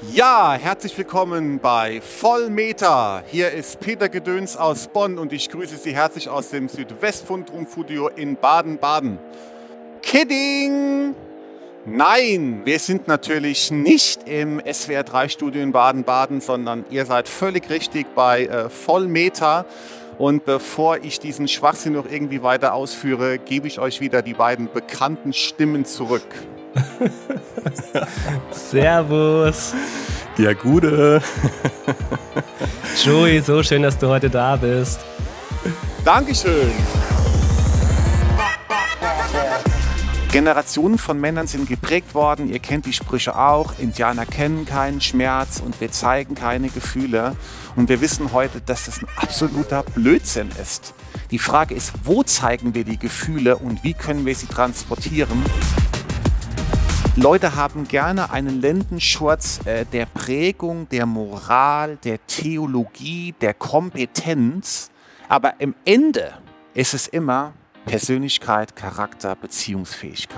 Ja, herzlich willkommen bei Vollmeter. Hier ist Peter Gedöns aus Bonn und ich grüße Sie herzlich aus dem Südwestfunk-Studio in Baden-Baden. Kidding! Nein, wir sind natürlich nicht im SWR3-Studio in Baden-Baden, sondern ihr seid völlig richtig bei Vollmeter. Und bevor ich diesen Schwachsinn noch irgendwie weiter ausführe, gebe ich euch wieder die beiden bekannten Stimmen zurück. Servus. Ja, Gude. Joey, so schön, dass du heute da bist. Dankeschön. Generationen von Männern sind geprägt worden, ihr kennt die Sprüche auch, Indianer kennen keinen Schmerz und wir zeigen keine Gefühle. Und wir wissen heute, dass das ein absoluter Blödsinn ist. Die Frage ist, wo zeigen wir die Gefühle und wie können wir sie transportieren? Leute haben gerne einen Lendenschurz der Prägung, der Moral, der Theologie, der Kompetenz. Aber im Ende ist es immer Persönlichkeit, Charakter, Beziehungsfähigkeit.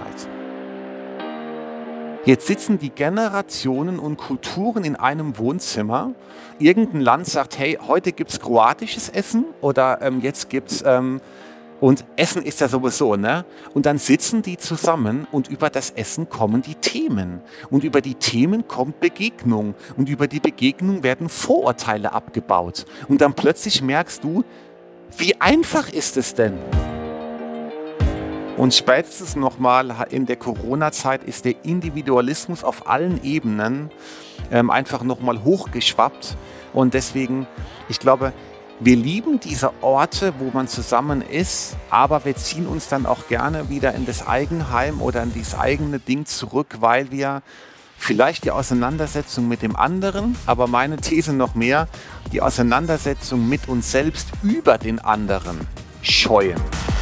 Jetzt sitzen die Generationen und Kulturen in einem Wohnzimmer. Irgendein Land sagt, hey, heute gibt es kroatisches Essen oder jetzt gibt es... Und Essen ist ja sowieso, ne? Und dann sitzen die zusammen und über das Essen kommen die Themen. Und über die Themen kommt Begegnung. Und über die Begegnung werden Vorurteile abgebaut. Und dann plötzlich merkst du, wie einfach ist es denn? Und spätestens nochmal in der Corona-Zeit ist der Individualismus auf allen Ebenen einfach nochmal hochgeschwappt. Und deswegen, ich glaube, wir lieben diese Orte, wo man zusammen ist, aber wir ziehen uns dann auch gerne wieder in das Eigenheim oder in dieses eigene Ding zurück, weil wir vielleicht die Auseinandersetzung mit dem anderen, aber meine These noch mehr, die Auseinandersetzung mit uns selbst über den anderen scheuen.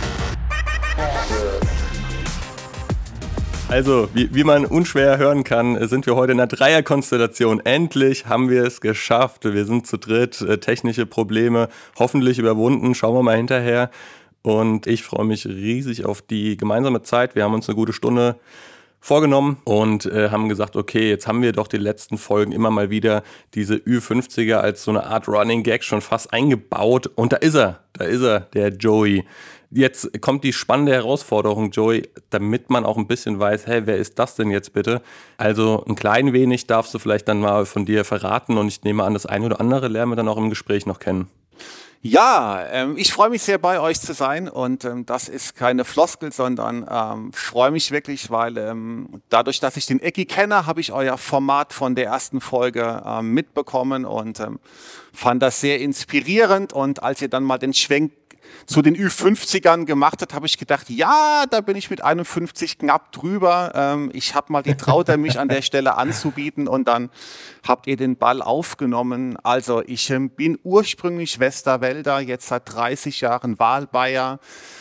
Also, wie man unschwer hören kann, sind wir heute in einer Dreierkonstellation. Endlich haben wir es geschafft. Wir sind zu dritt, technische Probleme hoffentlich überwunden. Schauen wir mal hinterher. Und ich freue mich riesig auf die gemeinsame Zeit. Wir haben uns eine gute Stunde vorgenommen und haben gesagt, okay, jetzt haben wir doch die letzten Folgen immer mal wieder diese Ü50er als so eine Art Running Gag schon fast eingebaut. Und da ist er, der Joey. Jetzt kommt die spannende Herausforderung, Joey, damit man auch ein bisschen weiß, hey, wer ist das denn jetzt bitte? Also ein klein wenig darfst du vielleicht dann mal von dir verraten und ich nehme an, das eine oder andere lernen wir dann auch im Gespräch noch kennen. Ja, ich freue mich sehr, bei euch zu sein und das ist keine Floskel, sondern freue mich wirklich, weil dadurch, dass ich den Ecki kenne, habe ich euer Format von der ersten Folge mitbekommen und fand das sehr inspirierend und als ihr dann mal den Schwenk zu den Ü50ern gemacht hat, habe ich gedacht, ja, da bin ich mit 51 knapp drüber. Ich habe mal die Traute, mich an der Stelle anzubieten und dann habt ihr den Ball aufgenommen. Also ich bin ursprünglich Westerwälder, jetzt seit 30 Jahren Wahlbayer,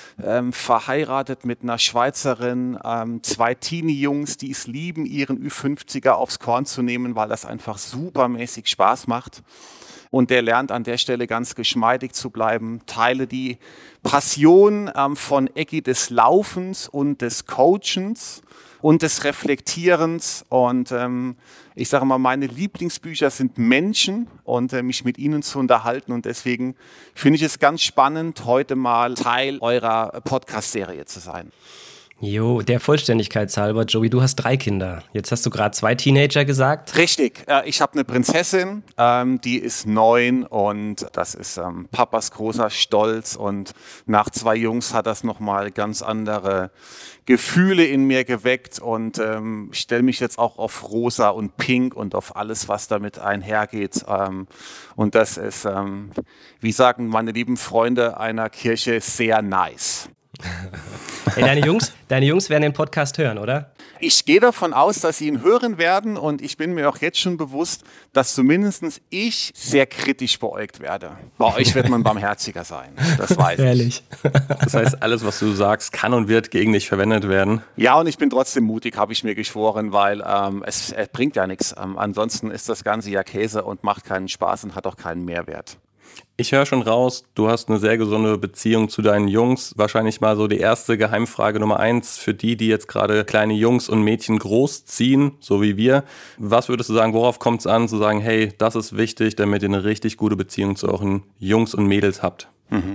verheiratet mit einer Schweizerin, 2 Teenie-Jungs, die es lieben, ihren Ü50er aufs Korn zu nehmen, weil das einfach supermäßig Spaß macht. Und der lernt an der Stelle ganz geschmeidig zu bleiben. Teile die Passion von Ecki des Laufens und des Coachens und des Reflektierens. Und ich sage mal, meine Lieblingsbücher sind Menschen und mich mit ihnen zu unterhalten. Und deswegen finde ich es ganz spannend, heute mal Teil eurer Podcast-Serie zu sein. Jo, der Vollständigkeit halber, Joey, du hast 3 Kinder. Jetzt hast du gerade 2 Teenager gesagt. Richtig, ich habe eine Prinzessin, die ist 9 und das ist Papas großer Stolz und nach 2 Jungs hat das nochmal ganz andere Gefühle in mir geweckt und ich stelle mich jetzt auch auf Rosa und Pink und auf alles, was damit einhergeht und das ist, wie sagen meine lieben Freunde einer Kirche, sehr nice. Hey, deine Jungs werden den Podcast hören, oder? Ich gehe davon aus, dass sie ihn hören werden und ich bin mir auch jetzt schon bewusst, dass zumindest ich sehr kritisch beäugt werde. Bei euch wird man barmherziger sein, das weiß ich. Ehrlich. Das heißt, alles, was du sagst, kann und wird gegen dich verwendet werden. Ja, und ich bin trotzdem mutig, habe ich mir geschworen, weil es bringt ja nichts. Ansonsten ist das Ganze ja Käse und macht keinen Spaß und hat auch keinen Mehrwert. Ich höre schon raus, du hast eine sehr gesunde Beziehung zu deinen Jungs. Wahrscheinlich mal so die erste Geheimfrage Nummer 1 für die jetzt gerade kleine Jungs und Mädchen großziehen, so wie wir. Was würdest du sagen, worauf kommt es an, zu sagen, hey, das ist wichtig, damit ihr eine richtig gute Beziehung zu euren Jungs und Mädels habt?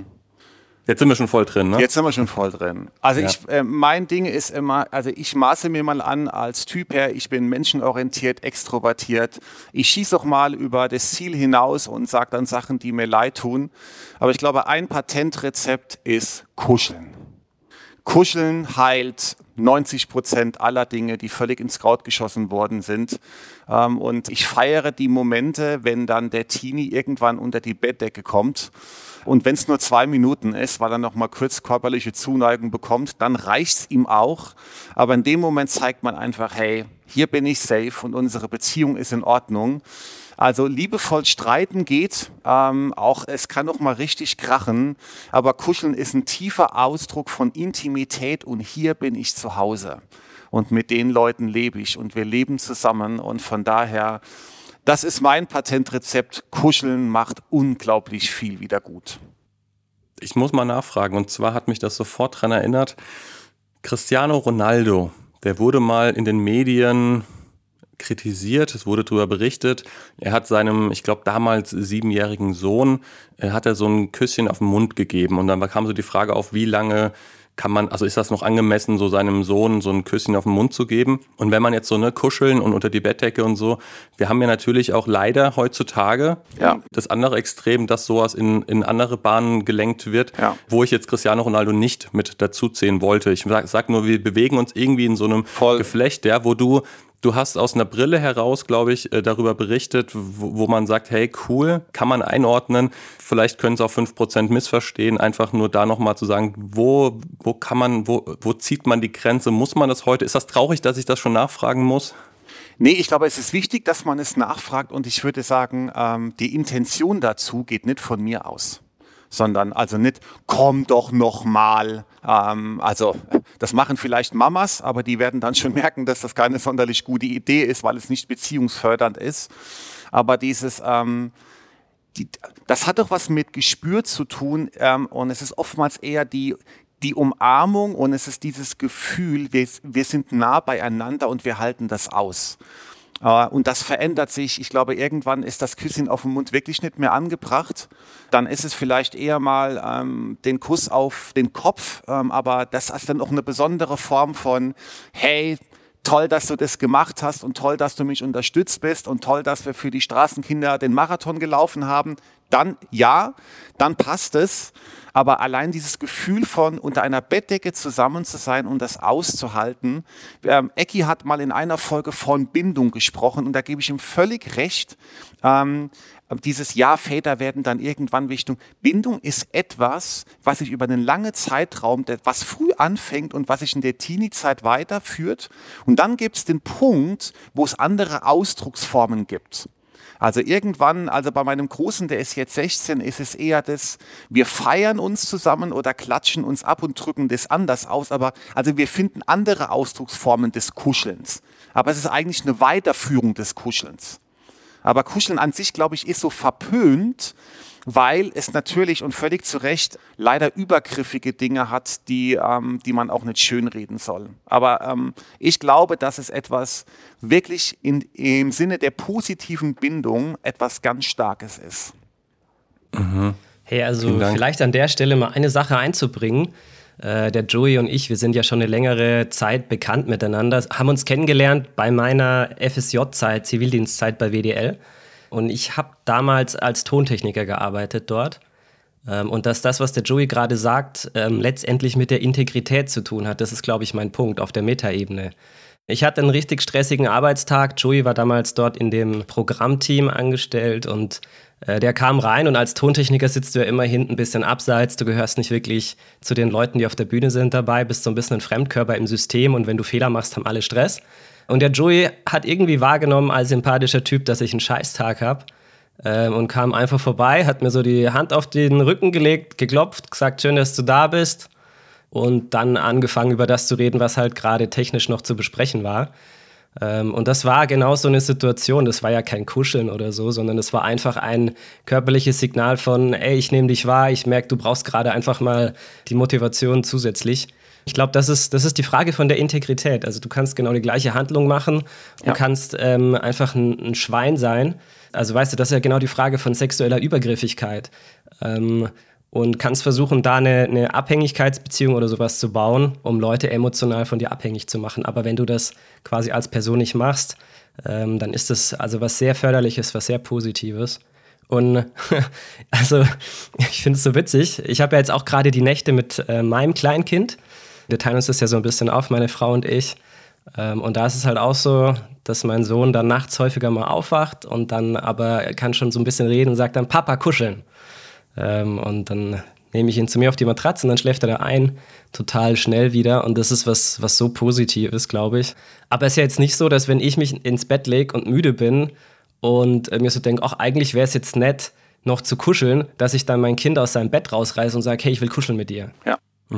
Jetzt sind wir schon voll drin, ne? Jetzt sind wir schon voll drin. Also mein Ding ist immer, also ich maße mir mal an als Typ her, ich bin menschenorientiert, extrovertiert. Ich schieße auch mal über das Ziel hinaus und sage dann Sachen, die mir leid tun. Aber ich glaube, ein Patentrezept ist Kuscheln. Kuscheln heilt 90% aller Dinge, die völlig ins Kraut geschossen worden sind. Und ich feiere die Momente, wenn dann der Teenie irgendwann unter die Bettdecke kommt. Und wenn es nur 2 Minuten ist, weil er noch mal kurz körperliche Zuneigung bekommt, dann reicht's ihm auch. Aber in dem Moment zeigt man einfach, hey, hier bin ich safe und unsere Beziehung ist in Ordnung. Also liebevoll streiten geht, auch es kann auch mal richtig krachen, aber Kuscheln ist ein tiefer Ausdruck von Intimität und hier bin ich zu Hause. Und mit den Leuten lebe ich und wir leben zusammen und von daher, das ist mein Patentrezept. Kuscheln macht unglaublich viel wieder gut. Ich muss mal nachfragen, und zwar hat mich das sofort daran erinnert, Cristiano Ronaldo, der wurde mal in den Medien kritisiert, es wurde darüber berichtet, er hat seinem, ich glaube damals 7-jährigen Sohn, hat er so ein Küsschen auf den Mund gegeben und dann kam so die Frage auf, wie lange kann man, also ist das noch angemessen, so seinem Sohn so ein Küsschen auf den Mund zu geben? Und wenn man jetzt so kuscheln und unter die Bettdecke und so, wir haben ja natürlich auch leider heutzutage das andere Extrem, dass sowas in andere Bahnen gelenkt wird, wo ich jetzt Cristiano Ronaldo nicht mit dazu zählen wollte. Ich sag nur, wir bewegen uns irgendwie in so einem Geflecht, wo du hast aus einer Brille heraus, glaube ich, darüber berichtet, wo man sagt, hey, cool, kann man einordnen. Vielleicht können es auch 5% missverstehen. Einfach nur da nochmal zu sagen, wo zieht man die Grenze? Muss man das heute? Ist das traurig, dass ich das schon nachfragen muss? Nee, ich glaube, es ist wichtig, dass man es nachfragt und ich würde sagen, die Intention dazu geht nicht von mir aus. Sondern also nicht, komm doch noch mal. Also das machen vielleicht Mamas, aber die werden dann schon merken, dass das keine sonderlich gute Idee ist, weil es nicht beziehungsfördernd ist. Aber dieses, das hat doch was mit Gespür zu tun und es ist oftmals eher die Umarmung und es ist dieses Gefühl, wir sind nah beieinander und wir halten das aus. Und das verändert sich. Ich glaube, irgendwann ist das Küsschen auf dem Mund wirklich nicht mehr angebracht. Dann ist es vielleicht eher mal den Kuss auf den Kopf. Aber das ist dann auch eine besondere Form von, hey, toll, dass du das gemacht hast und toll, dass du mich unterstützt bist und toll, dass wir für die Straßenkinder den Marathon gelaufen haben. Dann dann passt es. Aber allein dieses Gefühl von unter einer Bettdecke zusammen zu sein und das auszuhalten. Ecki hat mal in einer Folge von Bindung gesprochen und da gebe ich ihm völlig recht. Dieses Väter werden dann irgendwann wichtig. Bindung ist etwas, was sich über einen langen Zeitraum, was früh anfängt und was sich in der Teenie-Zeit weiterführt. Und dann gibt es den Punkt, wo es andere Ausdrucksformen gibt. Also irgendwann, also bei meinem Großen, der ist jetzt 16, ist es eher das, wir feiern uns zusammen oder klatschen uns ab und drücken das anders aus. Aber also wir finden andere Ausdrucksformen des Kuschelns. Aber es ist eigentlich eine Weiterführung des Kuschelns. Aber Kuscheln an sich, glaube ich, ist so verpönt, weil es natürlich und völlig zu Recht leider übergriffige Dinge hat, die man auch nicht schönreden soll. Aber ich glaube, dass es etwas wirklich im Sinne der positiven Bindung etwas ganz Starkes ist. Mhm. Hey, also vielleicht an der Stelle mal eine Sache einzubringen. Der Joey und ich, wir sind ja schon eine längere Zeit bekannt miteinander, haben uns kennengelernt bei meiner FSJ-Zeit, Zivildienstzeit bei WDL. Und ich habe damals als Tontechniker gearbeitet dort. Und dass das, was der Joey gerade sagt, letztendlich mit der Integrität zu tun hat, das ist, glaube ich, mein Punkt auf der Metaebene. Ich hatte einen richtig stressigen Arbeitstag. Joey war damals dort in dem Programmteam angestellt und der kam rein und als Tontechniker sitzt du ja immer hinten ein bisschen abseits. Du gehörst nicht wirklich zu den Leuten, die auf der Bühne sind dabei, bist so ein bisschen ein Fremdkörper im System und wenn du Fehler machst, haben alle Stress. Und der Joey hat irgendwie wahrgenommen als sympathischer Typ, dass ich einen Scheißtag habe und kam einfach vorbei, hat mir so die Hand auf den Rücken gelegt, geklopft, gesagt, schön, dass du da bist und dann angefangen, über das zu reden, was halt gerade technisch noch zu besprechen war. Und das war genau so eine Situation. Das war ja kein Kuscheln oder so, sondern es war einfach ein körperliches Signal von, ey, ich nehme dich wahr, ich merke, du brauchst gerade einfach mal die Motivation zusätzlich. Ich glaube, das ist die Frage von der Integrität. Also du kannst genau die gleiche Handlung machen und kannst einfach ein Schwein sein. Also weißt du, das ist ja genau die Frage von sexueller Übergriffigkeit. Und kannst versuchen, da eine Abhängigkeitsbeziehung oder sowas zu bauen, um Leute emotional von dir abhängig zu machen. Aber wenn du das quasi als Person nicht machst, dann ist das also was sehr Förderliches, was sehr Positives. Und also ich finde es so witzig. Ich habe ja jetzt auch gerade die Nächte mit meinem Kleinkind. Wir teilen uns das ja so ein bisschen auf, meine Frau und ich. Und da ist es halt auch so, dass mein Sohn dann nachts häufiger mal aufwacht und dann aber kann schon so ein bisschen reden und sagt dann, Papa, kuscheln. Und dann nehme ich ihn zu mir auf die Matratze und dann schläft er da ein, total schnell wieder. Und das ist was so Positives, glaube ich. Aber es ist ja jetzt nicht so, dass wenn ich mich ins Bett lege und müde bin und mir so denke, ach, eigentlich wäre es jetzt nett, noch zu kuscheln, dass ich dann mein Kind aus seinem Bett rausreiße und sage, hey, ich will kuscheln mit dir. Ja.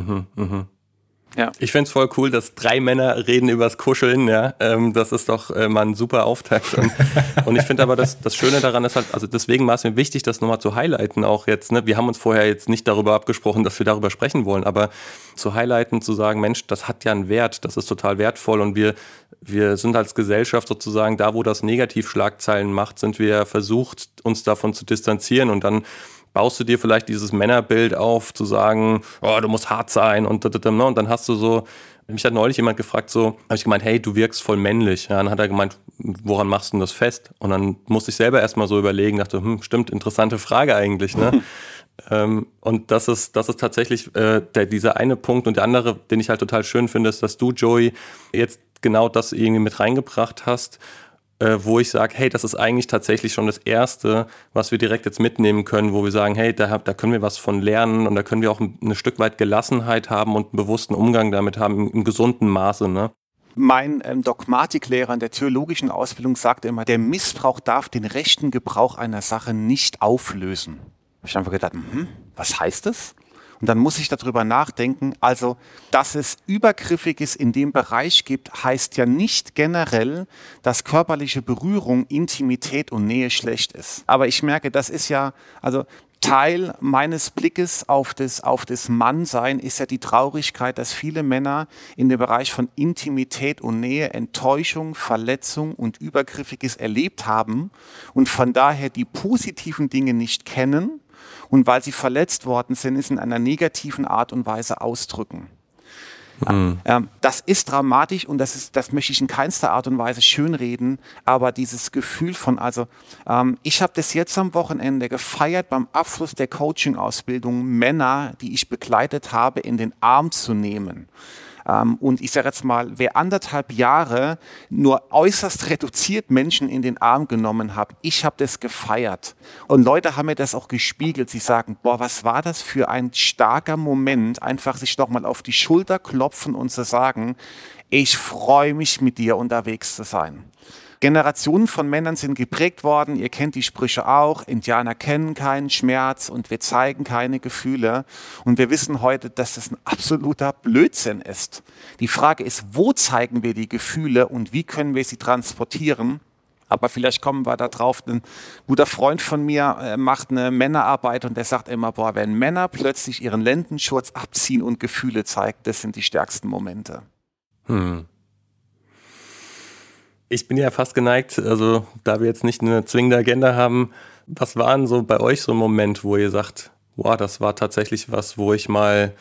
Ja. Ich find's voll cool, dass 3 Männer reden übers Kuscheln, ja. Das ist doch mal ein super Auftakt. Und ich finde aber, das Schöne daran ist halt, also deswegen war es mir wichtig, das nochmal zu highlighten auch jetzt, ne. Wir haben uns vorher jetzt nicht darüber abgesprochen, dass wir darüber sprechen wollen, aber zu highlighten, zu sagen, Mensch, das hat ja einen Wert, das ist total wertvoll und wir sind als Gesellschaft sozusagen da, wo das Negativschlagzeilen macht, sind wir versucht, uns davon zu distanzieren und dann baust du dir vielleicht dieses Männerbild auf, zu sagen, oh, du musst hart sein und dann hast du so, mich hat neulich jemand gefragt, so, habe ich gemeint, hey, du wirkst voll männlich. Ja, dann hat er gemeint, woran machst du denn das fest? Und dann musste ich selber erstmal so überlegen, dachte, stimmt, interessante Frage eigentlich, ne? Und das ist tatsächlich dieser eine Punkt und der andere, den ich halt total schön finde, ist, dass du, Joey, jetzt genau das irgendwie mit reingebracht hast, wo ich sage, hey, das ist eigentlich tatsächlich schon das Erste, was wir direkt jetzt mitnehmen können, wo wir sagen, hey, da können wir was von lernen und da können wir auch ein Stück weit Gelassenheit haben und einen bewussten Umgang damit haben, im gesunden Maße, ne? Mein Dogmatiklehrer in der theologischen Ausbildung sagte immer, der Missbrauch darf den rechten Gebrauch einer Sache nicht auflösen. Habe ich einfach gedacht, was heißt das? Und dann muss ich darüber nachdenken, also, dass es Übergriffiges in dem Bereich gibt, heißt ja nicht generell, dass körperliche Berührung, Intimität und Nähe schlecht ist. Aber ich merke, das ist ja, also Teil meines Blickes auf das Mannsein ist ja die Traurigkeit, dass viele Männer in dem Bereich von Intimität und Nähe Enttäuschung, Verletzung und Übergriffiges erlebt haben und von daher die positiven Dinge nicht kennen. Und weil sie verletzt worden sind, es in einer negativen Art und Weise ausdrücken. Das ist dramatisch und das möchte ich in keinster Art und Weise schönreden, aber dieses Gefühl von, ich habe das jetzt am Wochenende gefeiert, beim Abschluss der Coaching-Ausbildung Männer, die ich begleitet habe, in den Arm zu nehmen. Und ich sage jetzt mal, wer 1,5 Jahre nur äußerst reduziert Menschen in den Arm genommen hat, ich habe das gefeiert. Und Leute haben mir das auch gespiegelt. Sie sagen, boah, was war das für ein starker Moment, einfach sich nochmal auf die Schulter klopfen und zu sagen, ich freue mich, mit dir unterwegs zu sein. Generationen von Männern sind geprägt worden, ihr kennt die Sprüche auch, Indianer kennen keinen Schmerz und wir zeigen keine Gefühle. Und wir wissen heute, dass das ein absoluter Blödsinn ist. Die Frage ist, wo zeigen wir die Gefühle und wie können wir sie transportieren? Aber vielleicht kommen wir da drauf. Ein guter Freund von mir macht eine Männerarbeit und der sagt immer, boah, wenn Männer plötzlich ihren Lendenschurz abziehen und Gefühle zeigen, das sind die stärksten Momente. Ich bin ja fast geneigt, also da wir jetzt nicht eine zwingende Agenda haben, was war denn so bei euch so ein Moment, wo ihr sagt, wow, das war tatsächlich was, wo ich mal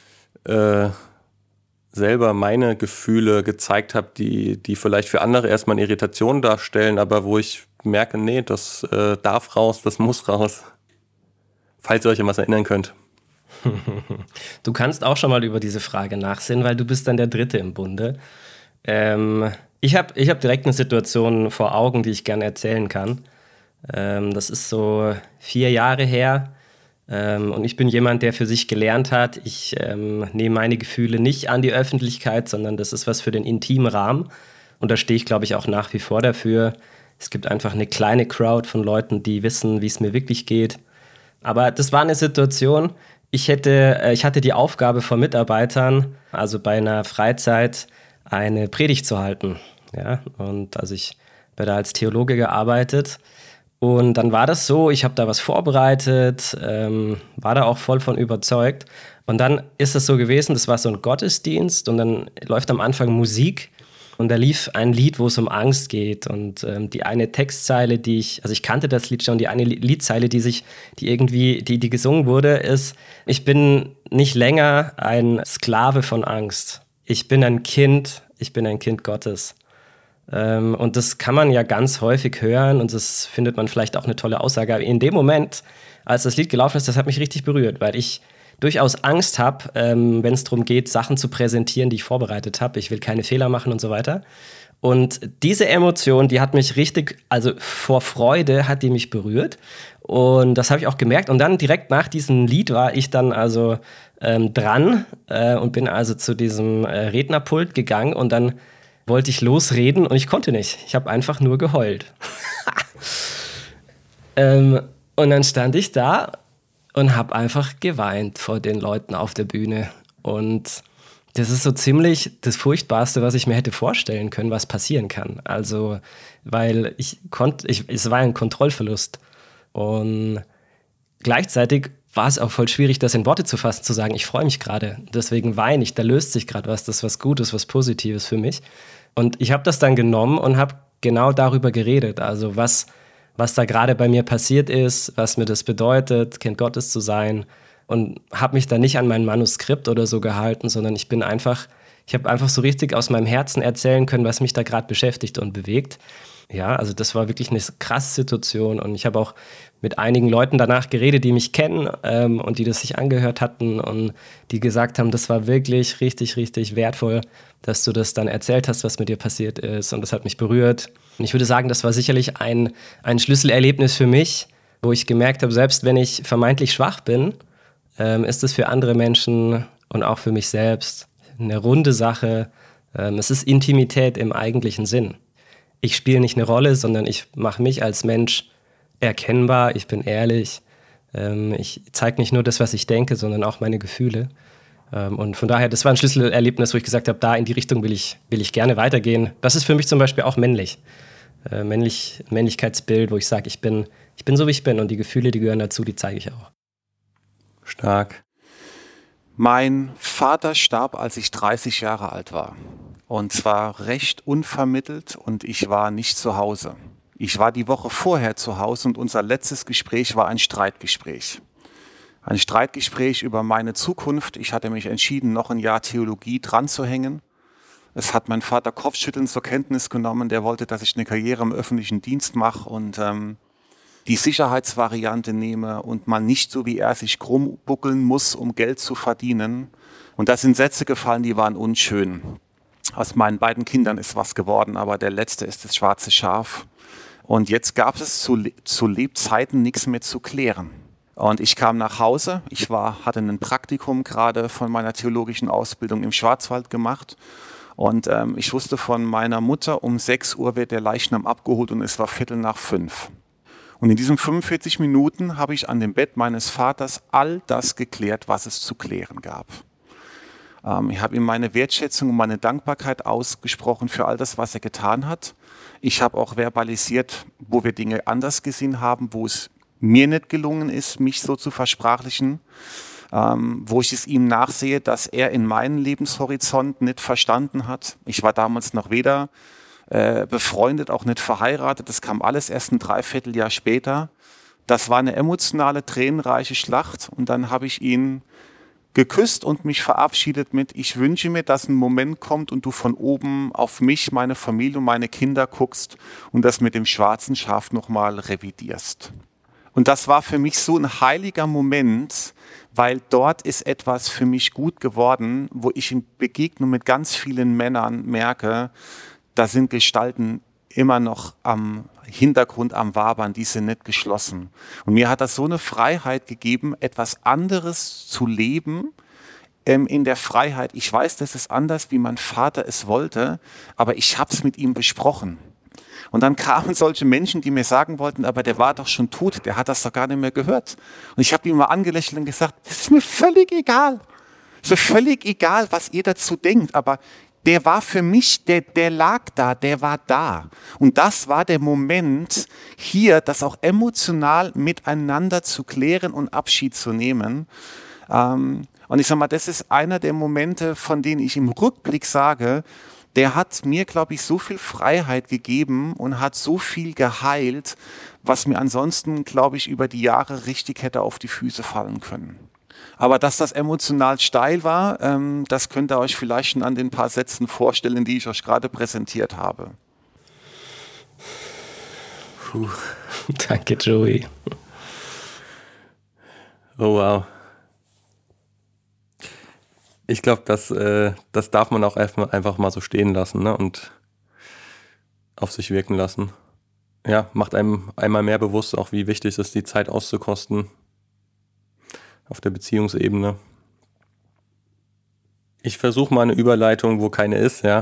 selber meine Gefühle gezeigt habe, die vielleicht für andere erstmal eine Irritation darstellen, aber wo ich merke, nee, das darf raus, das muss raus. Falls ihr euch an was erinnern könnt. Du kannst auch schon mal über diese Frage nachsehen, weil du bist dann der Dritte im Bunde. Ich hab direkt eine Situation vor Augen, die ich gerne erzählen kann. Das ist so 4 Jahre her und ich bin jemand, der für sich gelernt hat, ich nehme meine Gefühle nicht an die Öffentlichkeit, sondern das ist was für den intimen Rahmen und da stehe ich, glaube ich, auch nach wie vor dafür. Es gibt einfach eine kleine Crowd von Leuten, die wissen, wie es mir wirklich geht. Aber das war eine Situation, ich hatte die Aufgabe von Mitarbeitern, also bei einer Freizeit, eine Predigt zu halten. Ja, und also ich habe da als Theologe gearbeitet. Und dann war das so, ich habe da was vorbereitet, war da auch voll von überzeugt. Und dann ist es so gewesen, das war so ein Gottesdienst und dann läuft am Anfang Musik und da lief ein Lied, wo es um Angst geht. Und die eine Textzeile, also ich kannte das Lied schon, die eine Liedzeile, die gesungen wurde, ist: Ich bin nicht länger ein Sklave von Angst. Ich bin ein Kind Gottes. Und das kann man ja ganz häufig hören und das findet man vielleicht auch eine tolle Aussage. Aber in dem Moment, als das Lied gelaufen ist, das hat mich richtig berührt, weil ich durchaus Angst habe, wenn es darum geht, Sachen zu präsentieren, die ich vorbereitet habe. Ich will keine Fehler machen und so weiter. Und diese Emotion, die hat mich richtig, also vor Freude hat die mich berührt. Und das habe ich auch gemerkt. Und dann direkt nach diesem Lied war ich dann also dran und bin also zu diesem Rednerpult gegangen und dann wollte ich losreden und ich konnte nicht. Ich habe einfach nur geheult. Und dann stand ich da und habe einfach geweint vor den Leuten auf der Bühne. Und das ist so ziemlich das Furchtbarste, was ich mir hätte vorstellen können, was passieren kann. Also, weil es war ein Kontrollverlust. Und gleichzeitig war es auch voll schwierig, das in Worte zu fassen, zu sagen, ich freue mich gerade, deswegen weine ich, da löst sich gerade was, das ist was Gutes, was Positives für mich. Und ich habe das dann genommen und habe genau darüber geredet, also was da gerade bei mir passiert ist, was mir das bedeutet, Kind Gottes zu sein, und habe mich da nicht an mein Manuskript oder so gehalten, sondern ich habe einfach so richtig aus meinem Herzen erzählen können, was mich da gerade beschäftigt und bewegt. Ja, also das war wirklich eine krasse Situation und ich habe auch mit einigen Leuten danach geredet, die mich kennen und die das sich angehört hatten und die gesagt haben, das war wirklich richtig, richtig wertvoll, dass du das dann erzählt hast, was mit dir passiert ist, und das hat mich berührt. Und ich würde sagen, das war sicherlich ein Schlüsselerlebnis für mich, wo ich gemerkt habe, selbst wenn ich vermeintlich schwach bin, ist es für andere Menschen und auch für mich selbst eine runde Sache. Es ist Intimität im eigentlichen Sinn. Ich spiele nicht eine Rolle, sondern ich mache mich als Mensch erkennbar, ich bin ehrlich, ich zeige nicht nur das, was ich denke, sondern auch meine Gefühle. Und von daher, das war ein Schlüsselerlebnis, wo ich gesagt habe, da in die Richtung will ich gerne weitergehen. Das ist für mich zum Beispiel auch männlich. Männlichkeitsbild, wo ich sage, ich bin so, wie ich bin, und die Gefühle, die gehören dazu, die zeige ich auch. Stark. Mein Vater starb, als ich 30 Jahre alt war. Und zwar recht unvermittelt und ich war nicht zu Hause. Ich war die Woche vorher zu Hause und unser letztes Gespräch war ein Streitgespräch. Ein Streitgespräch über meine Zukunft. Ich hatte mich entschieden, noch ein Jahr Theologie dran zu hängen. Es hat mein Vater kopfschüttelnd zur Kenntnis genommen. Der wollte, dass ich eine Karriere im öffentlichen Dienst mache und die Sicherheitsvariante nehme und man nicht so wie er sich krumm buckeln muss, um Geld zu verdienen. Und da sind Sätze gefallen, die waren unschön. Aus meinen beiden Kindern ist was geworden, aber der letzte ist das schwarze Schaf. Und jetzt gab es zu Lebzeiten nichts mehr zu klären. Und ich kam nach Hause, hatte ein Praktikum gerade von meiner theologischen Ausbildung im Schwarzwald gemacht. Und ich wusste von meiner Mutter, um 6 Uhr wird der Leichnam abgeholt und es war 4:45. Und in diesen 45 Minuten habe ich an dem Bett meines Vaters all das geklärt, was es zu klären gab. Ich habe ihm meine Wertschätzung und meine Dankbarkeit ausgesprochen für all das, was er getan hat. Ich habe auch verbalisiert, wo wir Dinge anders gesehen haben, wo es mir nicht gelungen ist, mich so zu versprachlichen, wo ich es ihm nachsehe, dass er in meinen Lebenshorizont nicht verstanden hat. Ich war damals noch weder befreundet, auch nicht verheiratet. Das kam alles erst ein Dreivierteljahr später. Das war eine emotionale, tränenreiche Schlacht und dann habe ich ihn geküsst und mich verabschiedet mit: Ich wünsche mir, dass ein Moment kommt und du von oben auf mich, meine Familie und meine Kinder guckst und das mit dem schwarzen Schaf nochmal revidierst. Und das war für mich so ein heiliger Moment, weil dort ist etwas für mich gut geworden, wo ich in Begegnung mit ganz vielen Männern merke, da sind Gestalten immer noch am Hintergrund am Wabern, die sind nicht geschlossen. Und mir hat das so eine Freiheit gegeben, etwas anderes zu leben in der Freiheit. Ich weiß, das ist anders, wie mein Vater es wollte, aber ich habe es mit ihm besprochen. Und dann kamen solche Menschen, die mir sagen wollten, aber der war doch schon tot, der hat das doch gar nicht mehr gehört. Und ich habe ihn mal angelächelt und gesagt, es ist mir völlig egal. Es ist mir völlig egal, was ihr dazu denkt, aber der war für mich, der lag da, der war da. Und das war der Moment, hier das auch emotional miteinander zu klären und Abschied zu nehmen. Und ich sag mal, das ist einer der Momente, von denen ich im Rückblick sage, der hat mir, glaube ich, so viel Freiheit gegeben und hat so viel geheilt, was mir ansonsten, glaube ich, über die Jahre richtig hätte auf die Füße fallen können. Aber dass das emotional steil war, das könnt ihr euch vielleicht schon an den paar Sätzen vorstellen, die ich euch gerade präsentiert habe. Puh. Danke, Joey. Oh, wow. Ich glaube, das darf man auch einfach mal so stehen lassen, ne? Und auf sich wirken lassen. Ja, macht einem einmal mehr bewusst, auch wie wichtig es ist, die Zeit auszukosten auf der Beziehungsebene. Ich versuche mal eine Überleitung, wo keine ist, ja.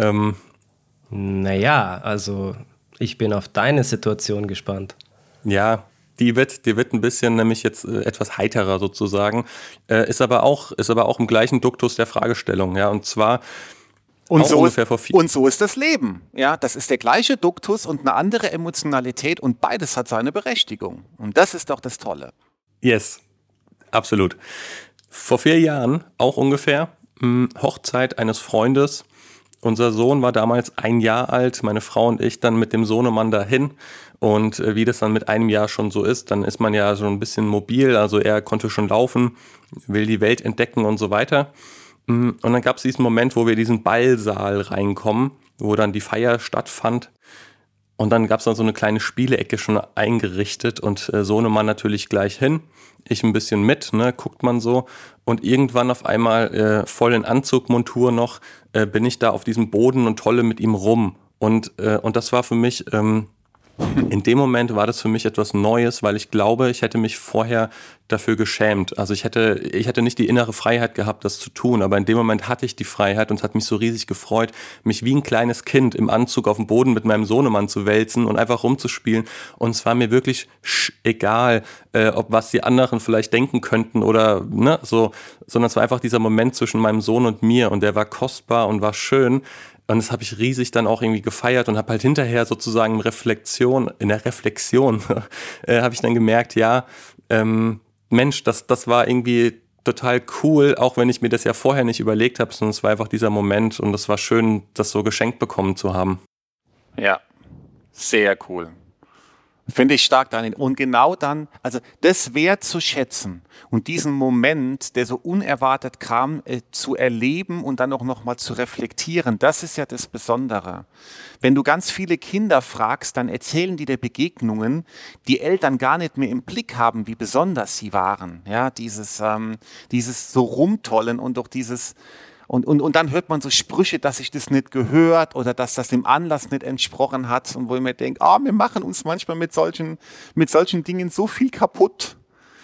Naja, also ich bin auf deine Situation gespannt. Ja, die wird ein bisschen nämlich jetzt etwas heiterer sozusagen, ist aber auch im gleichen Duktus der Fragestellung, ja, und zwar und so ist das Leben, ja, das ist der gleiche Duktus und eine andere Emotionalität und beides hat seine Berechtigung und das ist doch das Tolle. Yes, absolut. Vor 4 Jahren, auch ungefähr, Hochzeit eines Freundes. Unser Sohn war damals 1 Jahr alt, meine Frau und ich dann mit dem Sohnemann dahin. Und wie das dann mit 1 Jahr schon so ist, dann ist man ja so ein bisschen mobil. Also er konnte schon laufen, will die Welt entdecken und so weiter. Und dann gab es diesen Moment, wo wir in diesen Ballsaal reinkommen, wo dann die Feier stattfand. Und dann gab es dann so eine kleine Spielecke schon eingerichtet und Sohnemann natürlich gleich hin. Ich ein bisschen mit, ne, guckt man so. Und irgendwann auf einmal voll in Anzugmontur noch, bin ich da auf diesem Boden und tolle mit ihm rum. Und das war für mich, in dem Moment war das für mich etwas Neues, weil ich glaube, ich hätte mich vorher dafür geschämt. Also ich hätte nicht die innere Freiheit gehabt, das zu tun, aber in dem Moment hatte ich die Freiheit und es hat mich so riesig gefreut, mich wie ein kleines Kind im Anzug auf dem Boden mit meinem Sohnemann zu wälzen und einfach rumzuspielen. Und es war mir wirklich egal, ob was die anderen vielleicht denken könnten oder ne, so, sondern es war einfach dieser Moment zwischen meinem Sohn und mir und der war kostbar und war schön. Und das habe ich riesig dann auch irgendwie gefeiert und habe halt hinterher sozusagen in der Reflexion habe ich dann gemerkt, ja, Mensch, das war irgendwie total cool, auch wenn ich mir das ja vorher nicht überlegt habe, sondern es war einfach dieser Moment und es war schön, das so geschenkt bekommen zu haben. Ja, sehr cool. Finde ich stark, Daniel. Und genau dann, also das wert zu schätzen und diesen Moment, der so unerwartet kam, zu erleben und dann auch nochmal zu reflektieren, das ist ja das Besondere. Wenn du ganz viele Kinder fragst, dann erzählen die dir Begegnungen, die Eltern gar nicht mehr im Blick haben, wie besonders sie waren. Ja, dieses so rumtollen und auch dieses Und dann hört man so Sprüche, dass sich das nicht gehört oder dass das dem Anlass nicht entsprochen hat und wo ich mir denke, wir machen uns manchmal mit solchen Dingen so viel kaputt.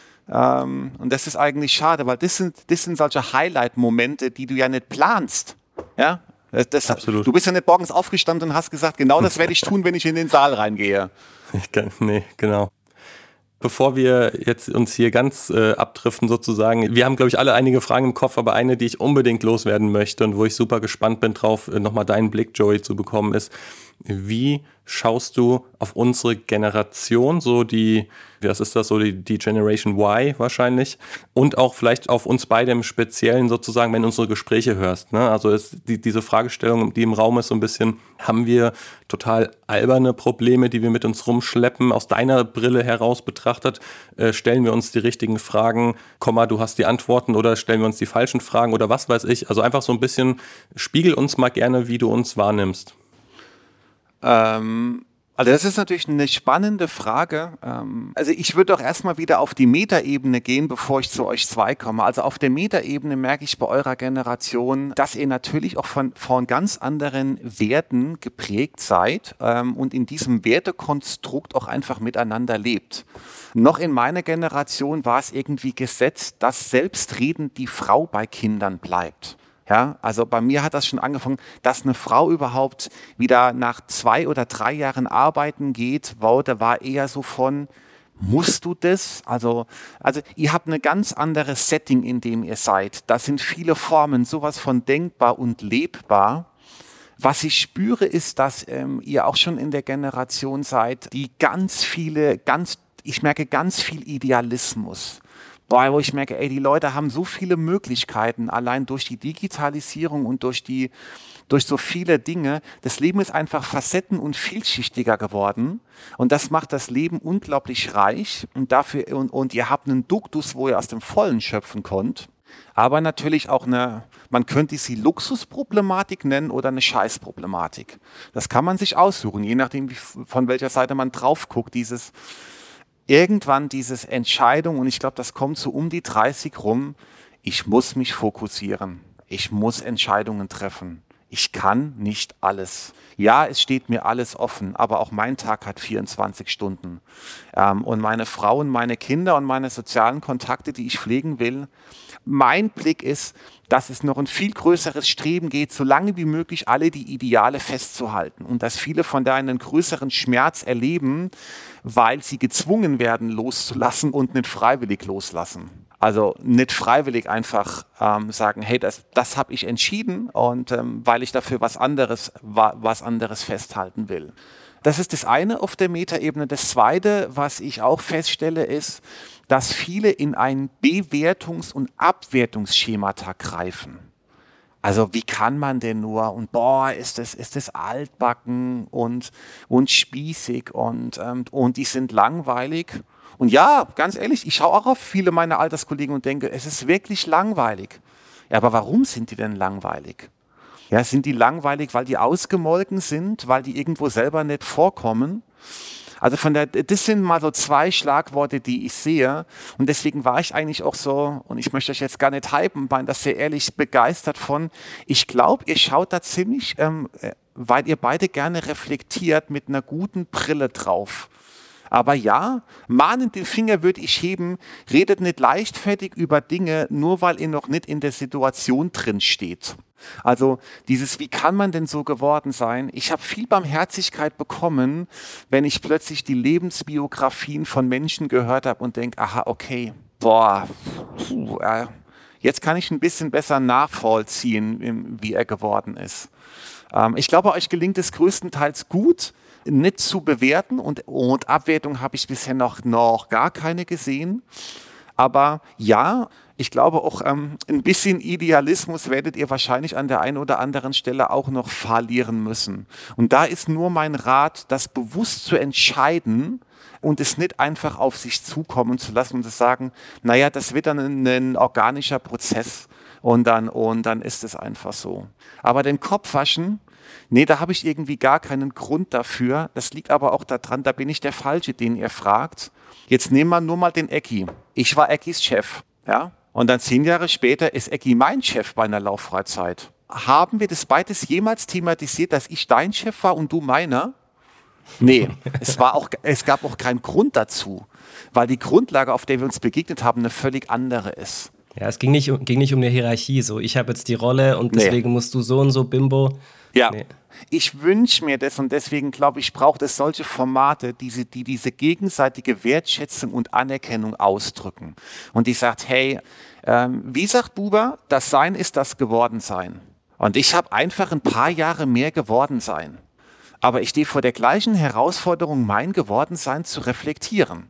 Und das ist eigentlich schade, weil das sind solche Highlight-Momente, die du ja nicht planst. Ja? Absolut. Du bist ja nicht morgens aufgestanden und hast gesagt, genau das werde ich tun, wenn ich in den Saal reingehe. Nee, genau. Bevor wir jetzt uns hier ganz abdriften sozusagen, wir haben, glaube ich, alle einige Fragen im Kopf, aber eine, die ich unbedingt loswerden möchte und wo ich super gespannt bin drauf, nochmal deinen Blick, Joey, zu bekommen, ist, wie schaust du auf unsere Generation, so die Generation Y wahrscheinlich und auch vielleicht auf uns beide im Speziellen sozusagen, wenn du unsere Gespräche hörst, ne? Also ist diese Fragestellung, die im Raum ist, so ein bisschen, haben wir total alberne Probleme, die wir mit uns rumschleppen, aus deiner Brille heraus betrachtet, stellen wir uns die richtigen Fragen, du hast die Antworten oder stellen wir uns die falschen Fragen oder was weiß ich, also einfach so ein bisschen, spiegel uns mal gerne, wie du uns wahrnimmst. Also das ist natürlich eine spannende Frage. Also ich würde doch erstmal wieder auf die Metaebene gehen, bevor ich zu euch zwei komme. Also auf der Metaebene merke ich bei eurer Generation, dass ihr natürlich auch von ganz anderen Werten geprägt seid und in diesem Wertekonstrukt auch einfach miteinander lebt. Noch in meiner Generation war es irgendwie gesetzt, dass selbstredend die Frau bei Kindern bleibt. Ja, also bei mir hat das schon angefangen, dass eine Frau überhaupt wieder nach 2 oder 3 Jahren arbeiten geht, da war eher so von, musst du das? Also ihr habt eine ganz andere Setting, in dem ihr seid. Da sind viele Formen, sowas von denkbar und lebbar. Was ich spüre, ist, dass ihr auch schon in der Generation seid, die ich merke ganz viel Idealismus. Wo ich merke, die Leute haben so viele Möglichkeiten, allein durch die Digitalisierung und durch so viele Dinge. Das Leben ist einfach facetten- und vielschichtiger geworden und das macht das Leben unglaublich reich und ihr habt einen Duktus, wo ihr aus dem Vollen schöpfen könnt. Aber natürlich auch man könnte sie Luxusproblematik nennen oder eine Scheißproblematik. Das kann man sich aussuchen, je nachdem, von welcher Seite man drauf guckt. Irgendwann diese Entscheidung, und ich glaube, das kommt so um die 30 rum, ich muss mich fokussieren, ich muss Entscheidungen treffen. Ich kann nicht alles. Ja, es steht mir alles offen, aber auch mein Tag hat 24 Stunden. Und meine Frau und meine Kinder und meine sozialen Kontakte, die ich pflegen will, mein Blick ist, dass es noch ein viel größeres Streben geht, so lange wie möglich alle die Ideale festzuhalten. Und dass viele von da einen größeren Schmerz erleben, weil sie gezwungen werden, loszulassen und nicht freiwillig loslassen. Also nicht freiwillig einfach sagen, hey, das habe ich entschieden und weil ich dafür was anderes festhalten will. Das ist das eine auf der Metaebene. Das zweite, was ich auch feststelle, ist, dass viele in ein Bewertungs- und Abwertungsschemata greifen. Also wie kann man denn nur und ist das altbacken und spießig und die sind langweilig. Und ja, ganz ehrlich, ich schaue auch auf viele meiner Alterskollegen und denke, es ist wirklich langweilig. Ja, aber warum sind die denn langweilig? Ja, sind die langweilig, weil die ausgemolken sind, weil die irgendwo selber nicht vorkommen? Also das sind mal so 2 Schlagworte, die ich sehe. Und deswegen war ich eigentlich auch so, und ich möchte euch jetzt gar nicht hypen, aber das sehr ehrlich begeistert von, ich glaube, ihr schaut da ziemlich, weil ihr beide gerne reflektiert, mit einer guten Brille drauf. Aber ja, mahnend den Finger würde ich heben, redet nicht leichtfertig über Dinge, nur weil ihr noch nicht in der Situation drin steht. Also wie kann man denn so geworden sein? Ich habe viel Barmherzigkeit bekommen, wenn ich plötzlich die Lebensbiografien von Menschen gehört habe und denke, aha, okay, jetzt kann ich ein bisschen besser nachvollziehen, wie er geworden ist. Ich glaube, euch gelingt es größtenteils gut, nicht zu bewerten und Abwertung habe ich bisher noch gar keine gesehen. Aber ja, ich glaube auch ein bisschen Idealismus werdet ihr wahrscheinlich an der einen oder anderen Stelle auch noch verlieren müssen. Und da ist nur mein Rat, das bewusst zu entscheiden und es nicht einfach auf sich zukommen zu lassen und zu sagen, naja, das wird dann ein organischer Prozess und dann ist es einfach so. Aber den Kopf waschen, nee, da habe ich irgendwie gar keinen Grund dafür. Das liegt aber auch daran, da bin ich der Falsche, den ihr fragt. Jetzt nehmen wir nur mal den Ecki. Ich war Eckis Chef, ja? Und dann 10 Jahre später ist Ecki mein Chef bei einer Lauffreizeit. Haben wir das beides jemals thematisiert, dass ich dein Chef war und du meiner? Nee, es gab auch keinen Grund dazu, weil die Grundlage, auf der wir uns begegnet haben, eine völlig andere ist. Ja, es ging nicht um eine Hierarchie, so ich habe jetzt die Rolle und deswegen musst du so und so, Bimbo. Ja, ich wünsche mir das und deswegen glaube ich, braucht es solche Formate, die diese gegenseitige Wertschätzung und Anerkennung ausdrücken. Und die sagt, hey, wie sagt Buber, das Sein ist das Gewordensein. Und ich habe einfach ein paar Jahre mehr Gewordensein. Aber ich stehe vor der gleichen Herausforderung, mein Gewordensein zu reflektieren.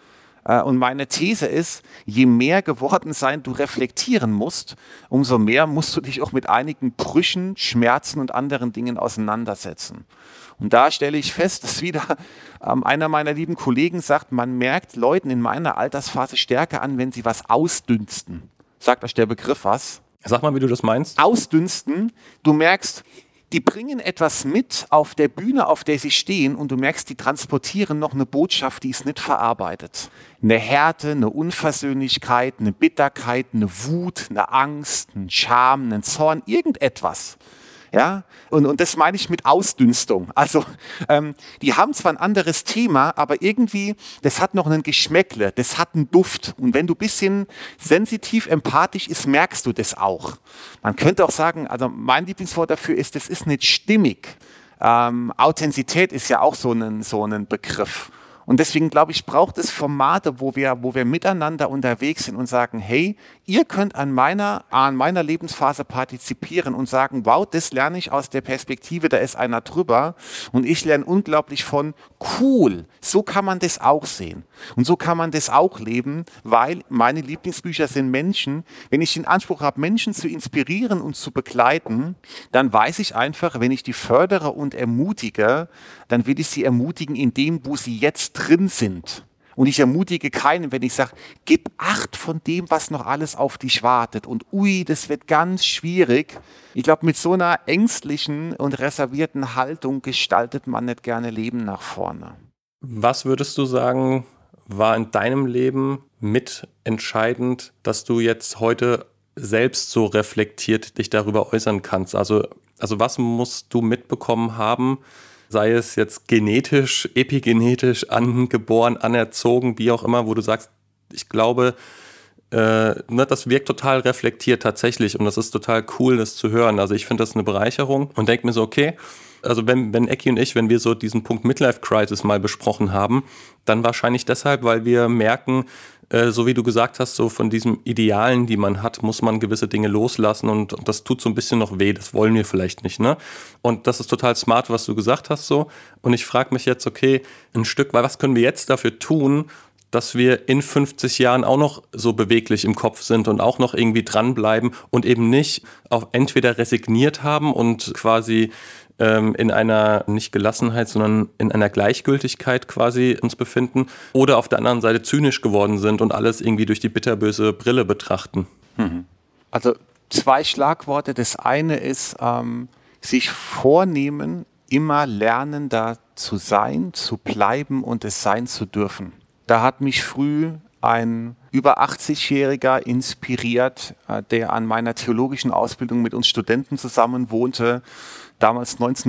Und meine These ist, je mehr Gewordensein du reflektieren musst, umso mehr musst du dich auch mit einigen Brüchen, Schmerzen und anderen Dingen auseinandersetzen. Und da stelle ich fest, dass wieder einer meiner lieben Kollegen sagt, man merkt Leuten in meiner Altersphase stärker an, wenn sie was ausdünsten. Sagt euch der Begriff was? Sag mal, wie du das meinst. Ausdünsten, du merkst, die bringen etwas mit auf der Bühne, auf der sie stehen und du merkst, die transportieren noch eine Botschaft, die ist nicht verarbeitet. Eine Härte, eine Unversöhnlichkeit, eine Bitterkeit, eine Wut, eine Angst, ein Scham, einen Zorn, irgendetwas. Ja, und das meine ich mit Ausdünstung. Also die haben zwar ein anderes Thema, aber irgendwie, das hat noch einen Geschmäckle, das hat einen Duft. Und wenn du ein bisschen sensitiv, empathisch ist, merkst du das auch. Man könnte auch sagen, also mein Lieblingswort dafür ist, das ist nicht stimmig. Authentizität ist ja auch so ein Begriff. Und deswegen glaube ich, braucht es Formate, wo wir miteinander unterwegs sind und sagen, hey, ihr könnt an meiner Lebensphase partizipieren und sagen, wow, das lerne ich aus der Perspektive, da ist einer drüber und ich lerne unglaublich von, cool, so kann man das auch sehen und so kann man das auch leben, weil meine Lieblingsbücher sind Menschen. Wenn ich den Anspruch habe, Menschen zu inspirieren und zu begleiten, dann weiß ich einfach, wenn ich die fördere und ermutige, dann will ich sie ermutigen in dem, wo sie jetzt drin sind. Und ich ermutige keinen, wenn ich sage, gib Acht von dem, was noch alles auf dich wartet. Und das wird ganz schwierig. Ich glaube, mit so einer ängstlichen und reservierten Haltung gestaltet man nicht gerne Leben nach vorne. Was würdest du sagen, war in deinem Leben mitentscheidend, dass du jetzt heute selbst so reflektiert dich darüber äußern kannst? Also was musst du mitbekommen haben, sei es jetzt genetisch, epigenetisch, angeboren, anerzogen, wie auch immer, wo du sagst, ich glaube, das wirkt total reflektiert tatsächlich und das ist total cool, das zu hören. Also ich finde das eine Bereicherung und denke mir so, okay, also wenn Ecki und ich, wenn wir so diesen Punkt Midlife Crisis mal besprochen haben, dann wahrscheinlich deshalb, weil wir merken, so wie du gesagt hast, so von diesen Idealen, die man hat, muss man gewisse Dinge loslassen und das tut so ein bisschen noch weh, das wollen wir vielleicht nicht, ne? Und das ist total smart, was du gesagt hast so. Und ich frage mich jetzt, okay, ein Stück, weil was können wir jetzt dafür tun, dass wir in 50 Jahren auch noch so beweglich im Kopf sind und auch noch irgendwie dranbleiben und eben nicht auch entweder resigniert haben und quasi in einer nicht Gelassenheit, sondern in einer Gleichgültigkeit quasi uns befinden oder auf der anderen Seite zynisch geworden sind und alles irgendwie durch die bitterböse Brille betrachten. Also 2 Schlagworte. Das eine ist, sich vornehmen, immer lernender zu sein, zu bleiben und es sein zu dürfen. Da hat mich früh ein über 80-Jähriger inspiriert, der an meiner theologischen Ausbildung mit uns Studenten zusammen wohnte, damals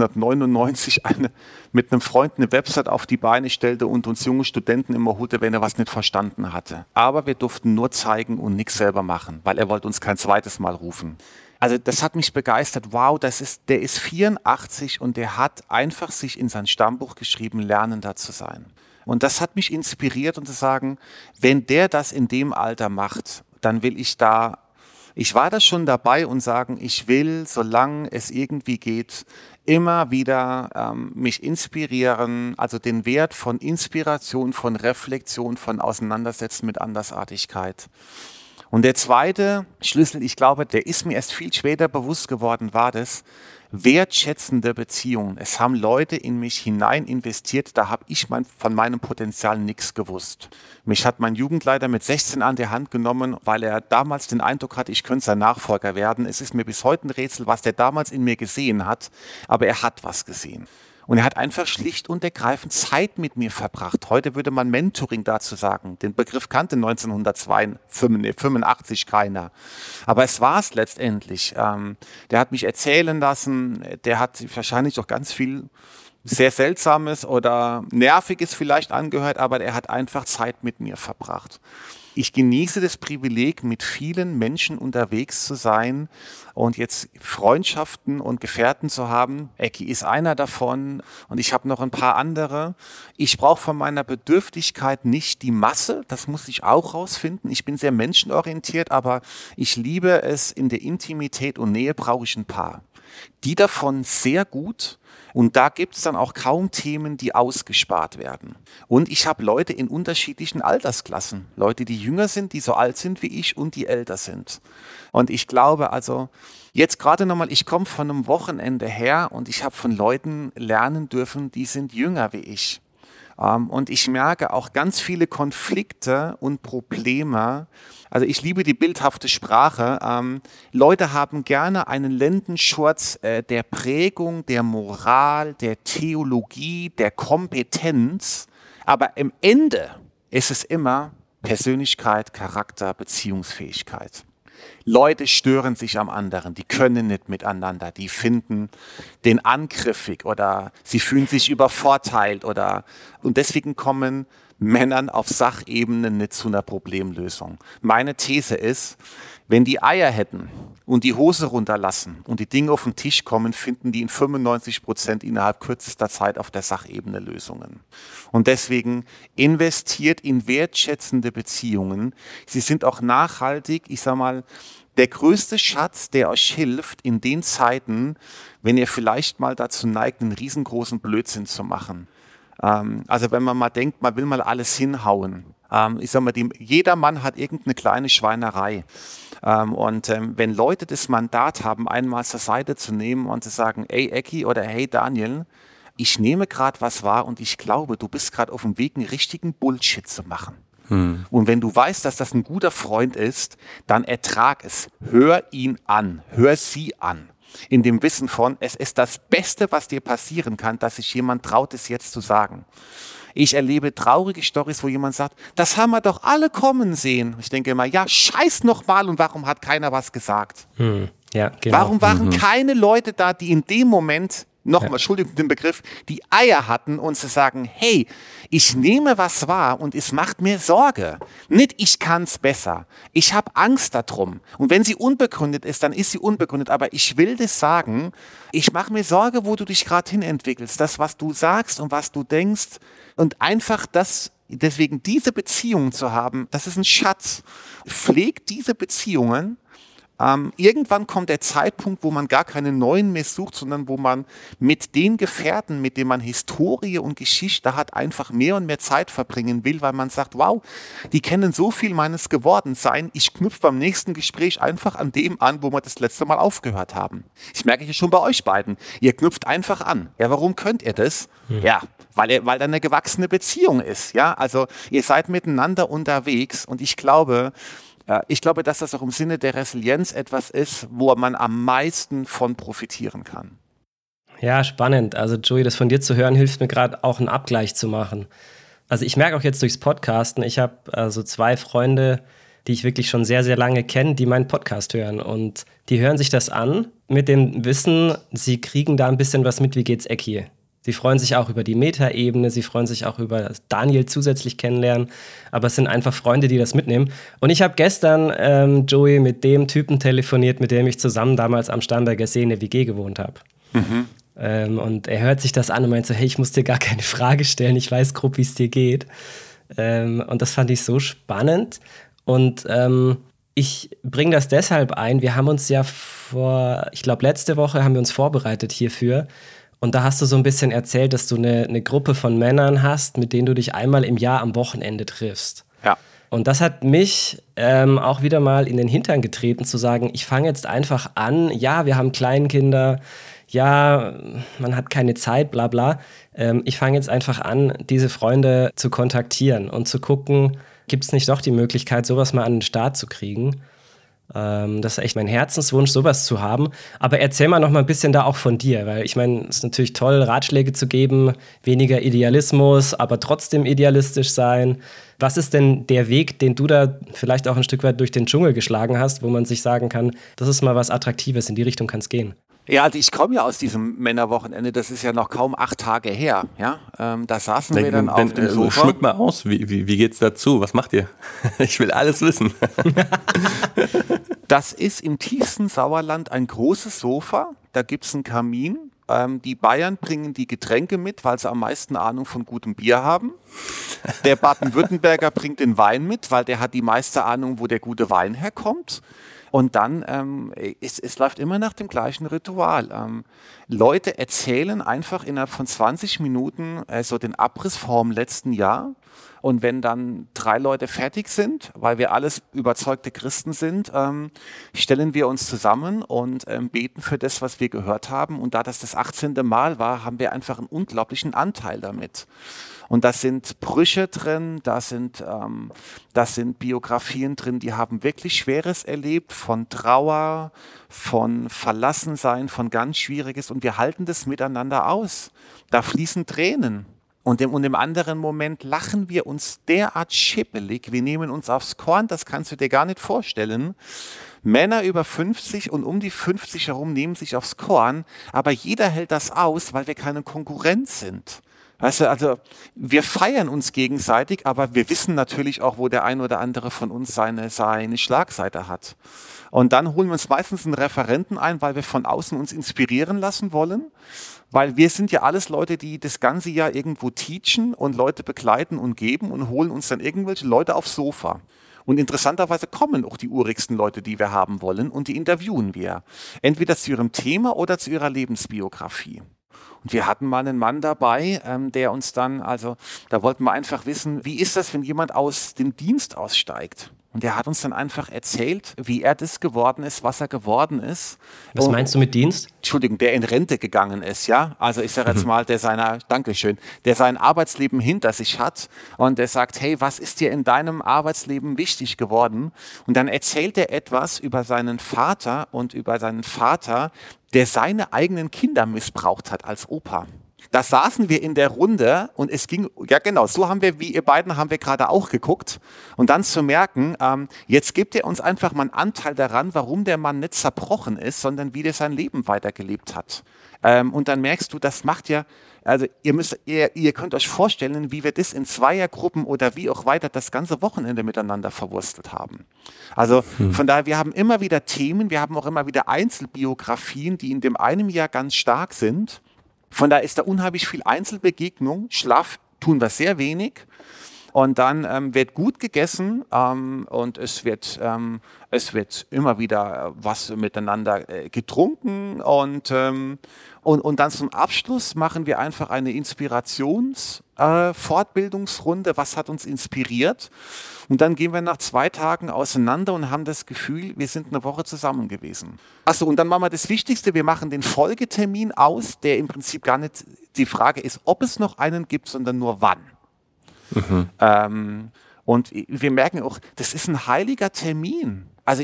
1999 mit einem Freund eine Website auf die Beine stellte und uns junge Studenten immer holte, wenn er was nicht verstanden hatte. Aber wir durften nur zeigen und nichts selber machen, weil er wollte uns kein zweites Mal rufen. Also das hat mich begeistert. Wow, der ist 84 und der hat einfach sich in sein Stammbuch geschrieben, lernender zu sein. Und das hat mich inspiriert und zu sagen, wenn der das in dem Alter macht, dann will ich war da schon dabei und sagen, ich will, solange es irgendwie geht, immer wieder mich inspirieren, also den Wert von Inspiration, von Reflexion, von Auseinandersetzen mit Andersartigkeit. Und der zweite Schlüssel, ich glaube, der ist mir erst viel später bewusst geworden, war das, wertschätzende Beziehungen. Es haben Leute in mich hinein investiert, da habe ich von meinem Potenzial nichts gewusst. Mich hat mein Jugendleiter mit 16 an der Hand genommen, weil er damals den Eindruck hatte, ich könnte sein Nachfolger werden. Es ist mir bis heute ein Rätsel, was der damals in mir gesehen hat, aber er hat was gesehen. Und er hat einfach schlicht und ergreifend Zeit mit mir verbracht. Heute würde man Mentoring dazu sagen. Den Begriff kannte 1985 keiner. Aber es war es letztendlich. Der hat mich erzählen lassen. Der hat wahrscheinlich auch ganz viel sehr Seltsames oder Nerviges vielleicht angehört, aber er hat einfach Zeit mit mir verbracht. Ich genieße das Privileg, mit vielen Menschen unterwegs zu sein und jetzt Freundschaften und Gefährten zu haben. Ecki ist einer davon und ich habe noch ein paar andere. Ich brauche von meiner Bedürftigkeit nicht die Masse, das muss ich auch rausfinden. Ich bin sehr menschenorientiert, aber ich liebe es, in der Intimität und Nähe brauche ich ein paar. Die davon sehr gut. Und da gibt es dann auch kaum Themen, die ausgespart werden. Und ich habe Leute in unterschiedlichen Altersklassen. Leute, die jünger sind, die so alt sind wie ich und die älter sind. Und ich glaube also, jetzt gerade nochmal, ich komme von einem Wochenende her und ich habe von Leuten lernen dürfen, die sind jünger wie ich. Und ich merke auch ganz viele Konflikte und Probleme. Also ich liebe die bildhafte Sprache. Leute haben gerne einen Lendenschurz der Prägung, der Moral, der Theologie, der Kompetenz. Aber im Ende ist es immer Persönlichkeit, Charakter, Beziehungsfähigkeit. Leute stören sich am anderen, die können nicht miteinander, die finden den angriffig oder sie fühlen sich übervorteilt und deswegen kommen Männern auf Sachebene nicht zu einer Problemlösung. Meine These ist, wenn die Eier hätten und die Hose runterlassen und die Dinge auf den Tisch kommen, finden die in 95% innerhalb kürzester Zeit auf der Sachebene Lösungen. Und deswegen investiert in wertschätzende Beziehungen. Sie sind auch nachhaltig, ich sag mal, der größte Schatz, der euch hilft in den Zeiten, wenn ihr vielleicht mal dazu neigt, einen riesengroßen Blödsinn zu machen. Also wenn man mal denkt, man will mal alles hinhauen. Ich sag mal, jeder Mann hat irgendeine kleine Schweinerei. Wenn Leute das Mandat haben, einmal zur Seite zu nehmen und zu sagen, ey Ecki oder hey Daniel, ich nehme gerade was wahr und ich glaube, du bist gerade auf dem Weg, einen richtigen Bullshit zu machen. Und wenn du weißt, dass das ein guter Freund ist, dann ertrag es. Hör ihn an, hör sie an. In dem Wissen von, es ist das Beste, was dir passieren kann, dass sich jemand traut, es jetzt zu sagen. Ich erlebe traurige Storys, wo jemand sagt, das haben wir doch alle kommen sehen. Ich denke immer, ja, scheiß nochmal und warum hat keiner was gesagt? Ja, genau. Warum waren keine Leute da, die in dem Moment, nochmal, Entschuldigung den Begriff, die Eier hatten und zu sagen, hey, ich nehme was wahr und es macht mir Sorge. Nicht, ich kann es besser. Ich habe Angst darum. Und wenn sie unbegründet ist, dann ist sie unbegründet. Aber ich will das sagen, ich mache mir Sorge, wo du dich gerade hin entwickelst. Das, was du sagst und was du denkst. Und einfach deswegen diese Beziehungen zu haben, das ist ein Schatz. Pflegt diese Beziehungen. Irgendwann kommt der Zeitpunkt, wo man gar keine neuen mehr sucht, sondern wo man mit den Gefährten, mit denen man Historie und Geschichte hat, einfach mehr und mehr Zeit verbringen will, weil man sagt, wow, die kennen so viel meines Gewordensein, ich knüpfe beim nächsten Gespräch einfach an dem an, wo wir das letzte Mal aufgehört haben. Ich merke ja schon bei euch beiden, ihr knüpft einfach an. Ja, warum könnt ihr das? Ja, weil da eine gewachsene Beziehung ist. Ja, also ihr seid miteinander unterwegs und ich glaube, dass das auch im Sinne der Resilienz etwas ist, wo man am meisten von profitieren kann. Ja, spannend. Also Joey, das von dir zu hören, hilft mir gerade auch einen Abgleich zu machen. Also ich merke auch jetzt durchs Podcasten, ich habe also 2 Freunde, die ich wirklich schon sehr, sehr lange kenne, die meinen Podcast hören. Und die hören sich das an mit dem Wissen, sie kriegen da ein bisschen was mit, wie geht's Ecki. Sie freuen sich auch über die Metaebene, sie freuen sich auch über Daniel zusätzlich kennenlernen, aber es sind einfach Freunde, die das mitnehmen. Und ich habe gestern, Joey, mit dem Typen telefoniert, mit dem ich zusammen damals am Starnberger See in der WG gewohnt habe. Und er hört sich das an und meint so, hey, ich muss dir gar keine Frage stellen, ich weiß grob, wie es dir geht. Und das fand ich so spannend. Und ich bringe das deshalb ein, wir haben uns ja ich glaube letzte Woche haben wir uns vorbereitet hierfür. Und da hast du so ein bisschen erzählt, dass du eine Gruppe von Männern hast, mit denen du dich einmal im Jahr am Wochenende triffst. Ja. Und das hat mich auch wieder mal in den Hintern getreten, zu sagen, ich fange jetzt einfach an, ja, wir haben Kleinkinder, ja, man hat keine Zeit, bla bla. Ich fange jetzt einfach an, diese Freunde zu kontaktieren und zu gucken, gibt es nicht doch die Möglichkeit, sowas mal an den Start zu kriegen? Das ist echt mein Herzenswunsch, sowas zu haben. Aber erzähl mal noch mal ein bisschen da auch von dir, weil ich meine, es ist natürlich toll, Ratschläge zu geben, weniger Idealismus, aber trotzdem idealistisch sein. Was ist denn der Weg, den du da vielleicht auch ein Stück weit durch den Dschungel geschlagen hast, wo man sich sagen kann, das ist mal was Attraktives, in die Richtung kann es gehen? Ja, also ich komme ja aus diesem Männerwochenende, das ist ja noch kaum 8 Tage her. Ja? Da saßen wir dann auf dem Sofa. Schmück mal aus, wie geht's dazu? Was macht ihr? Ich will alles wissen. Das ist im tiefsten Sauerland ein großes Sofa, da gibt es einen Kamin. Die Bayern bringen die Getränke mit, weil sie am meisten Ahnung von gutem Bier haben. Der Baden-Württemberger bringt den Wein mit, weil der hat die meiste Ahnung, wo der gute Wein herkommt. Und dann, es läuft immer nach dem gleichen Ritual. Leute erzählen einfach innerhalb von 20 Minuten so den Abriss vom letzten Jahr. Und wenn dann 3 Leute fertig sind, weil wir alles überzeugte Christen sind, stellen wir uns zusammen und beten für das, was wir gehört haben. Und da das 18. Mal war, haben wir einfach einen unglaublichen Anteil damit. Und da sind Brüche drin, da sind Biografien drin, die haben wirklich Schweres erlebt, von Trauer, von Verlassensein, von ganz Schwieriges. Und wir halten das miteinander aus. Da fließen Tränen. Und im anderen Moment lachen wir uns derart schippelig, wir nehmen uns aufs Korn, das kannst du dir gar nicht vorstellen, Männer über 50 und um die 50 herum nehmen sich aufs Korn, aber jeder hält das aus, weil wir keine Konkurrenz sind. Weißt du, also wir feiern uns gegenseitig, aber wir wissen natürlich auch, wo der ein oder andere von uns seine Schlagseite hat. Und dann holen wir uns meistens einen Referenten ein, weil wir von außen uns inspirieren lassen wollen, weil wir sind ja alles Leute, die das ganze Jahr irgendwo teachen und Leute begleiten und geben und holen uns dann irgendwelche Leute aufs Sofa. Und interessanterweise kommen auch die urigsten Leute, die wir haben wollen, und die interviewen wir. Entweder zu ihrem Thema oder zu ihrer Lebensbiografie. Und wir hatten mal einen Mann dabei, der uns dann, also da wollten wir einfach wissen, wie ist das, wenn jemand aus dem Dienst aussteigt? Und der hat uns dann einfach erzählt, wie er das geworden ist, was er geworden ist. Was meinst du mit Dienst? Entschuldigung, der in Rente gegangen ist, ja. Also ich sage jetzt mal, der sein Arbeitsleben hinter sich hat und der sagt, hey, was ist dir in deinem Arbeitsleben wichtig geworden? Und dann erzählt er etwas über seinen Vater und über seinen Vater, der seine eigenen Kinder missbraucht hat als Opa. Da saßen wir in der Runde und es ging, ja genau, so haben wir, wie ihr beiden, haben wir gerade auch geguckt. Und dann zu merken, jetzt gibt er uns einfach mal einen Anteil daran, warum der Mann nicht zerbrochen ist, sondern wie der sein Leben weitergelebt hat. Und dann merkst du, das macht ja, also ihr könnt euch vorstellen, wie wir das in Zweiergruppen oder wie auch weiter das ganze Wochenende miteinander verwurstelt haben. Also von daher, wir haben immer wieder Themen, wir haben auch immer wieder Einzelbiografien, die in dem einen Jahr ganz stark sind. Von daher ist da unheimlich viel Einzelbegegnung. Schlaf tun wir sehr wenig. Und dann wird gut gegessen und es wird immer wieder was miteinander getrunken. Und dann zum Abschluss machen wir einfach eine Fortbildungsrunde. Was hat uns inspiriert? Und dann gehen wir nach 2 Tagen auseinander und haben das Gefühl, wir sind eine Woche zusammen gewesen. Achso, und dann machen wir das Wichtigste, wir machen den Folgetermin aus, der im Prinzip gar nicht die Frage ist, ob es noch einen gibt, sondern nur wann. Und wir merken auch, das ist ein heiliger Termin. Also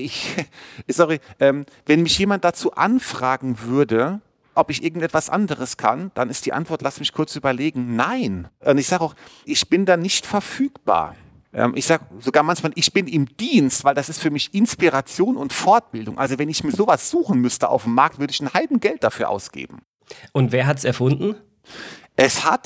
wenn mich jemand dazu anfragen würde, ob ich irgendetwas anderes kann, dann ist die Antwort, lass mich kurz überlegen, nein. Und ich sage auch, ich bin da nicht verfügbar. Ich sage sogar manchmal, ich bin im Dienst, weil das ist für mich Inspiration und Fortbildung. Also wenn ich mir sowas suchen müsste auf dem Markt, würde ich ein Heidengeld dafür ausgeben. Und wer hat es erfunden? Es hat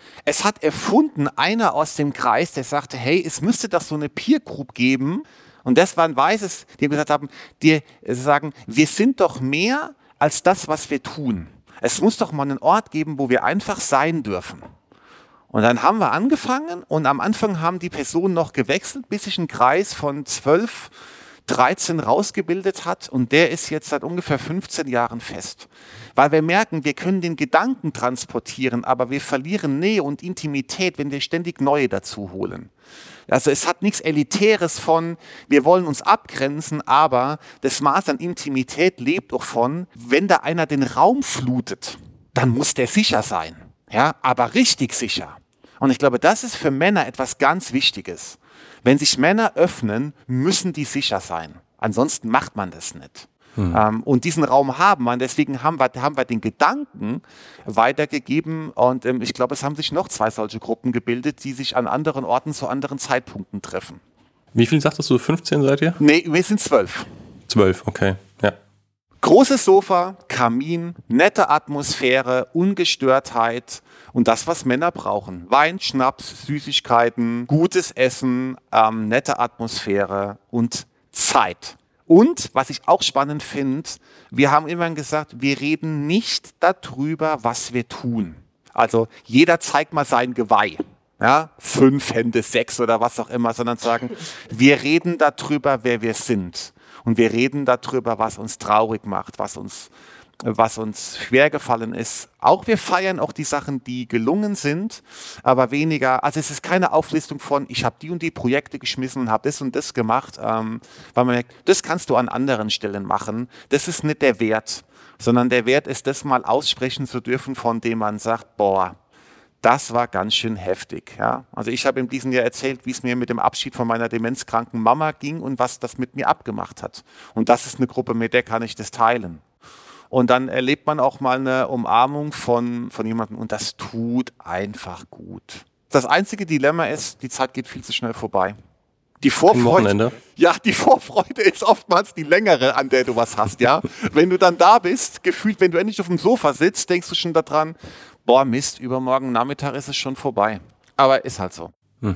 erfunden einer aus dem Kreis, der sagte, hey, es müsste doch so eine Peer Group geben. Und das war ein Weißes, die gesagt haben, die sagen, wir sind doch mehr als das, was wir tun. Es muss doch mal einen Ort geben, wo wir einfach sein dürfen. Und dann haben wir angefangen und am Anfang haben die Personen noch gewechselt, bis sich ein Kreis von 12, 13 rausgebildet hat und der ist jetzt seit ungefähr 15 Jahren fest. Weil wir merken, wir können den Gedanken transportieren, aber wir verlieren Nähe und Intimität, wenn wir ständig neue dazu holen. Also es hat nichts Elitäres von, wir wollen uns abgrenzen, aber das Maß an Intimität lebt auch von, wenn da einer den Raum flutet, dann muss der sicher sein, ja, aber richtig sicher. Und ich glaube, das ist für Männer etwas ganz Wichtiges. Wenn sich Männer öffnen, müssen die sicher sein. Ansonsten macht man das nicht. Und diesen Raum haben wir. Deswegen haben wir den Gedanken weitergegeben. Und ich glaube, es haben sich noch 2 solche Gruppen gebildet, die sich an anderen Orten zu anderen Zeitpunkten treffen. Wie viel sagtest du? 15 seid ihr? Nee, wir sind 12. 12, okay. Ja. Großes Sofa, Kamin, nette Atmosphäre, Ungestörtheit und das, was Männer brauchen. Wein, Schnaps, Süßigkeiten, gutes Essen, nette Atmosphäre und Zeit. Und, was ich auch spannend finde, wir haben immer gesagt, wir reden nicht darüber, was wir tun. Also jeder zeigt mal sein Geweih. Ja, 5 Hände, 6 oder was auch immer, sondern sagen, wir reden darüber, wer wir sind. Und wir reden darüber, was uns traurig macht, was uns schwer gefallen ist. Auch wir feiern auch die Sachen, die gelungen sind, aber weniger, also es ist keine Auflistung von, ich habe die und die Projekte geschmissen und habe das und das gemacht, weil man merkt, das kannst du an anderen Stellen machen. Das ist nicht der Wert, sondern der Wert ist, das mal aussprechen zu dürfen, von dem man sagt, boah, das war ganz schön heftig. Ja? Also ich habe in diesem Jahr erzählt, wie es mir mit dem Abschied von meiner demenzkranken Mama ging und was das mit mir abgemacht hat. Und das ist eine Gruppe, mit der kann ich das teilen. Und dann erlebt man auch mal eine Umarmung von jemandem und das tut einfach gut. Das einzige Dilemma ist, die Zeit geht viel zu schnell vorbei. Die Vorfreude, Wochenende. ja, die Vorfreude ist oftmals die längere, an der du was hast, ja. Wenn du dann da bist, gefühlt, wenn du endlich auf dem Sofa sitzt, denkst du schon daran, boah, Mist, übermorgen Nachmittag ist es schon vorbei. Aber ist halt so.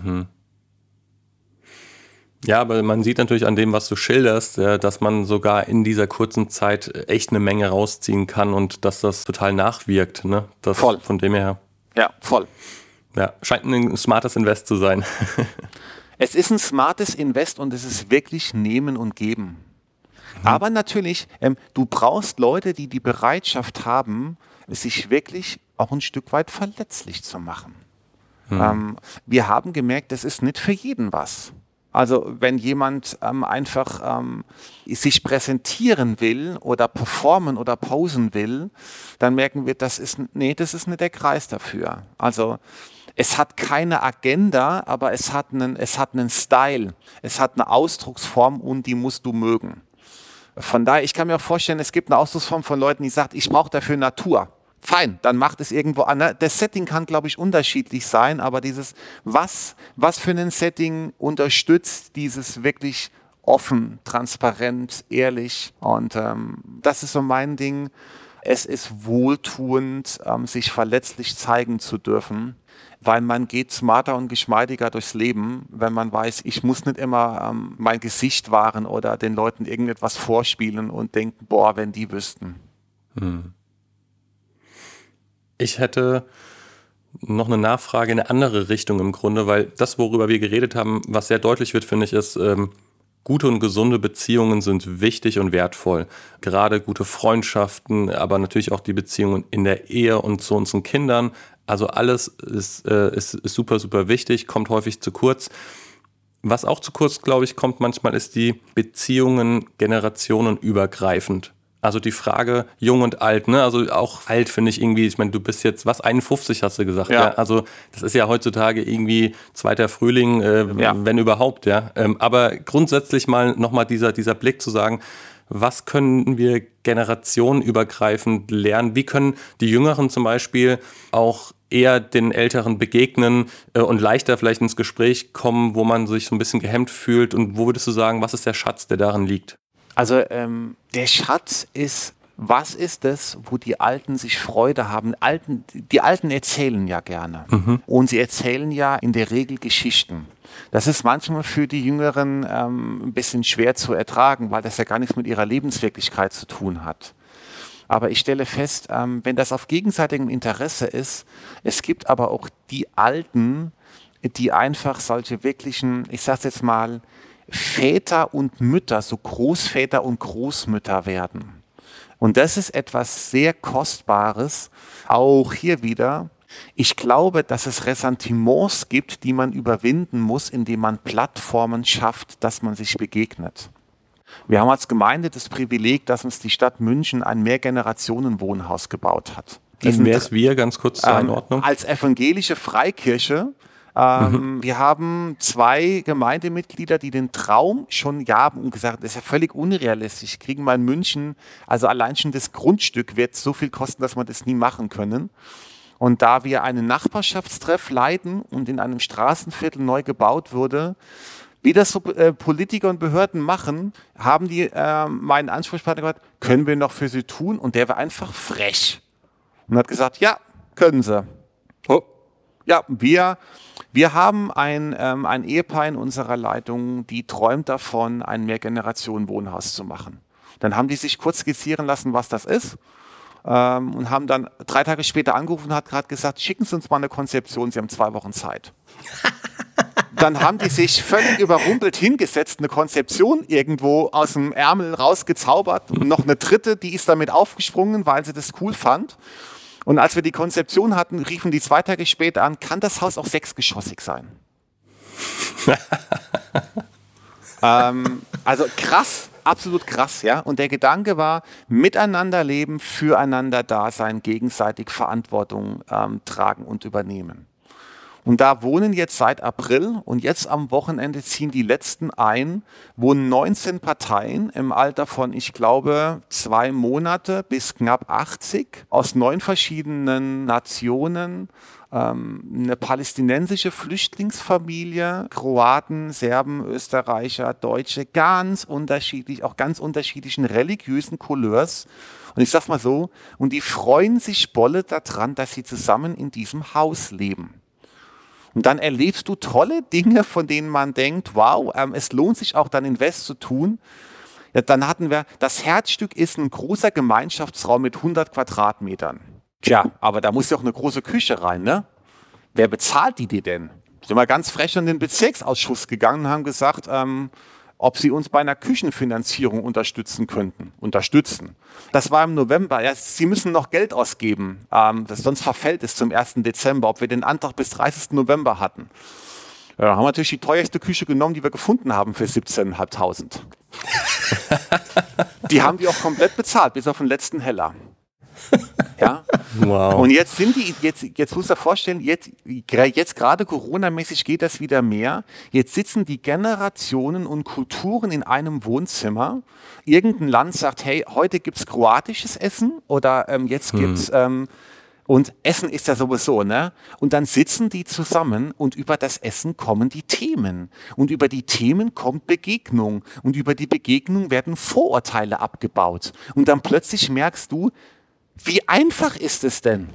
Ja, aber man sieht natürlich an dem, was du schilderst, dass man sogar in dieser kurzen Zeit echt eine Menge rausziehen kann und dass das total nachwirkt. Ne? Voll. Von dem her. Ja, voll. Ja, scheint ein smartes Invest zu sein. Es ist ein smartes Invest und es ist wirklich Nehmen und Geben. Aber natürlich, du brauchst Leute, die die Bereitschaft haben, sich wirklich auch ein Stück weit verletzlich zu machen. Wir haben gemerkt, das ist nicht für jeden was. Also wenn jemand einfach sich präsentieren will oder performen oder posen will, dann merken wir, das ist nicht der Kreis dafür. Also es hat keine Agenda, aber es hat einen Style, es hat eine Ausdrucksform und die musst du mögen. Von daher, ich kann mir auch vorstellen, es gibt eine Ausdrucksform von Leuten, die sagen, ich brauche dafür Natur. Fein, dann macht es irgendwo an. Das Setting kann, glaube ich, unterschiedlich sein, aber dieses, was für ein Setting unterstützt dieses wirklich offen, transparent, ehrlich und das ist so mein Ding. Es ist wohltuend, sich verletzlich zeigen zu dürfen, weil man geht smarter und geschmeidiger durchs Leben, wenn man weiß, ich muss nicht immer mein Gesicht wahren oder den Leuten irgendetwas vorspielen und denken, boah, wenn die wüssten. Ich hätte noch eine Nachfrage in eine andere Richtung im Grunde, weil das, worüber wir geredet haben, was sehr deutlich wird, finde ich, ist, gute und gesunde Beziehungen sind wichtig und wertvoll. Gerade gute Freundschaften, aber natürlich auch die Beziehungen in der Ehe und zu unseren Kindern. Also alles ist super, super wichtig, kommt häufig zu kurz. Was auch zu kurz, glaube ich, kommt manchmal, ist die Beziehungen generationenübergreifend. Also die Frage jung und alt, ne? Also auch alt finde ich irgendwie, ich meine, du bist jetzt, 51 hast du gesagt, ja? Also das ist ja heutzutage irgendwie zweiter Frühling, wenn überhaupt, ja. Aber grundsätzlich mal nochmal dieser Blick zu sagen, was können wir generationenübergreifend lernen? Wie können die Jüngeren zum Beispiel auch eher den Älteren begegnen und leichter vielleicht ins Gespräch kommen, wo man sich so ein bisschen gehemmt fühlt? Und wo würdest du sagen, was ist der Schatz, der darin liegt? Also der Schatz ist, was ist es, wo die Alten sich Freude haben? Die Alten erzählen ja gerne und sie erzählen ja in der Regel Geschichten. Das ist manchmal für die Jüngeren ein bisschen schwer zu ertragen, weil das ja gar nichts mit ihrer Lebenswirklichkeit zu tun hat. Aber ich stelle fest, wenn das auf gegenseitigem Interesse ist, es gibt aber auch die Alten, die einfach solche wirklichen, ich sag's jetzt mal, Väter und Mütter, so Großväter und Großmütter werden. Und das ist etwas sehr Kostbares, auch hier wieder. Ich glaube, dass es Ressentiments gibt, die man überwinden muss, indem man Plattformen schafft, dass man sich begegnet. Wir haben als Gemeinde das Privileg, dass uns die Stadt München ein Mehrgenerationenwohnhaus gebaut hat. Wer ist wir, ganz kurz zur Einordnung? Als evangelische Freikirche. Wir haben 2 Gemeindemitglieder, die den Traum schon haben und gesagt, das ist ja völlig unrealistisch. Kriegen wir in München, also allein schon das Grundstück wird so viel kosten, dass wir das nie machen können. Und da wir einen Nachbarschaftstreff leiten und in einem Straßenviertel neu gebaut wurde, wie das so Politiker und Behörden machen, haben die meinen Ansprechpartner gesagt, können wir noch für sie tun? Und der war einfach frech und hat gesagt, ja, können sie. Oh. Ja, wir haben ein Ehepaar in unserer Leitung, die träumt davon, ein Mehrgenerationen-Wohnhaus zu machen. Dann haben die sich kurz skizzieren lassen, was das ist und haben dann 3 Tage später angerufen und hat gerade gesagt, schicken Sie uns mal eine Konzeption, Sie haben 2 Wochen Zeit. Dann haben die sich völlig überrumpelt hingesetzt, eine Konzeption irgendwo aus dem Ärmel rausgezaubert und noch eine dritte, die ist damit aufgesprungen, weil sie das cool fand. Und als wir die Konzeption hatten, riefen die 2 Tage später an, kann das Haus auch 6-geschossig sein? Also krass, absolut krass, ja. Und der Gedanke war, miteinander leben, füreinander da sein, gegenseitig Verantwortung tragen und übernehmen. Und da wohnen jetzt seit April und jetzt am Wochenende ziehen die letzten ein, wohnen 19 Parteien im Alter von, ich glaube, 2 Monate bis knapp 80 aus 9 verschiedenen Nationen, eine palästinensische Flüchtlingsfamilie, Kroaten, Serben, Österreicher, Deutsche, ganz unterschiedlich, auch ganz unterschiedlichen religiösen Couleurs. Und ich sag's mal so, und die freuen sich Bolle daran, dass sie zusammen in diesem Haus leben. Und dann erlebst du tolle Dinge, von denen man denkt, wow, es lohnt sich auch dann Invest zu tun. Ja, dann hatten wir, das Herzstück ist ein großer Gemeinschaftsraum mit 100 Quadratmetern. Tja, aber da muss ja auch eine große Küche rein, ne? Wer bezahlt die dir denn? Sind wir ganz frech in den Bezirksausschuss gegangen und haben gesagt, ob sie uns bei einer Küchenfinanzierung unterstützen könnten. Das war im November. Ja, sie müssen noch Geld ausgeben, sonst verfällt es zum 1. Dezember, ob wir den Antrag bis 30. November hatten. Ja, da haben wir natürlich die teuerste Küche genommen, die wir gefunden haben für 17.500. Die haben die auch komplett bezahlt, bis auf den letzten Heller. Ja. Wow. Und jetzt jetzt musst du dir vorstellen, jetzt gerade Corona-mäßig geht das wieder mehr. Jetzt sitzen die Generationen und Kulturen in einem Wohnzimmer. Irgendein Land sagt, hey, heute gibt's kroatisches Essen oder jetzt gibt's und Essen ist ja sowieso, ne? Und dann sitzen die zusammen und über das Essen kommen die Themen. Und über die Themen kommt Begegnung. Und über die Begegnung werden Vorurteile abgebaut. Und dann plötzlich merkst du, wie einfach ist es denn?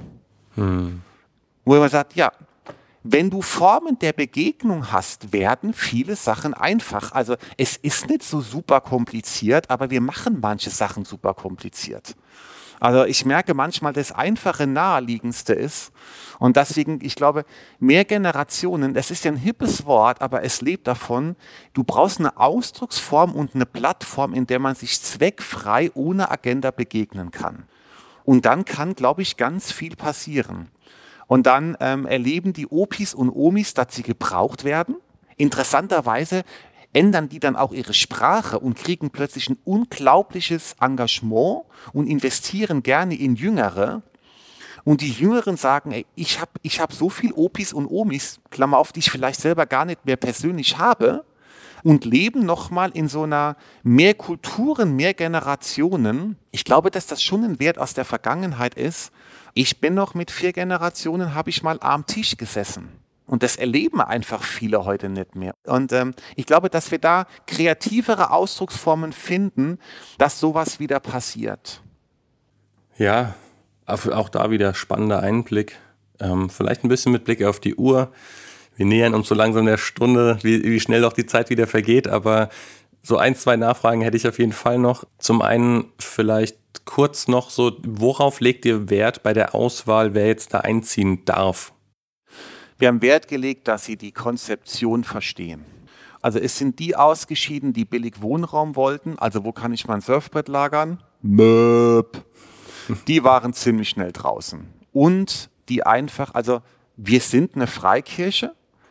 Wo man sagt, ja, wenn du Formen der Begegnung hast, werden viele Sachen einfach. Also es ist nicht so super kompliziert, aber wir machen manche Sachen super kompliziert. Also ich merke manchmal, das Einfache naheliegendste ist. Und deswegen, ich glaube, mehr Generationen, das ist ja ein hippes Wort, aber es lebt davon, du brauchst eine Ausdrucksform und eine Plattform, in der man sich zweckfrei ohne Agenda begegnen kann. Und dann kann, glaube ich, ganz viel passieren. Und dann erleben die Opis und Omis, dass sie gebraucht werden. Interessanterweise ändern die dann auch ihre Sprache und kriegen plötzlich ein unglaubliches Engagement und investieren gerne in Jüngere. Und die Jüngeren sagen, ey, ich hab so viel Opis und Omis, Klammer auf, die ich vielleicht selber gar nicht mehr persönlich habe, und leben nochmal in so einer mehr Kulturen, mehr Generationen. Ich glaube, dass das schon ein Wert aus der Vergangenheit ist. Ich bin noch mit 4 Generationen, habe ich mal am Tisch gesessen. Und das erleben einfach viele heute nicht mehr. Und ich glaube, dass wir da kreativere Ausdrucksformen finden, dass sowas wieder passiert. Ja, auch da wieder spannender Einblick. Vielleicht ein bisschen mit Blick auf die Uhr. Wir nähern uns so langsam der Stunde, wie schnell doch die Zeit wieder vergeht. Aber so 1, 2 Nachfragen hätte ich auf jeden Fall noch. Zum einen vielleicht kurz noch so, worauf legt ihr Wert bei der Auswahl, wer jetzt da einziehen darf? Wir haben Wert gelegt, dass sie die Konzeption verstehen. Also es sind die ausgeschieden, die billig Wohnraum wollten. Also wo kann ich mein Surfbrett lagern? Möp. Die waren ziemlich schnell draußen. Und die einfach, also wir sind eine Freikirche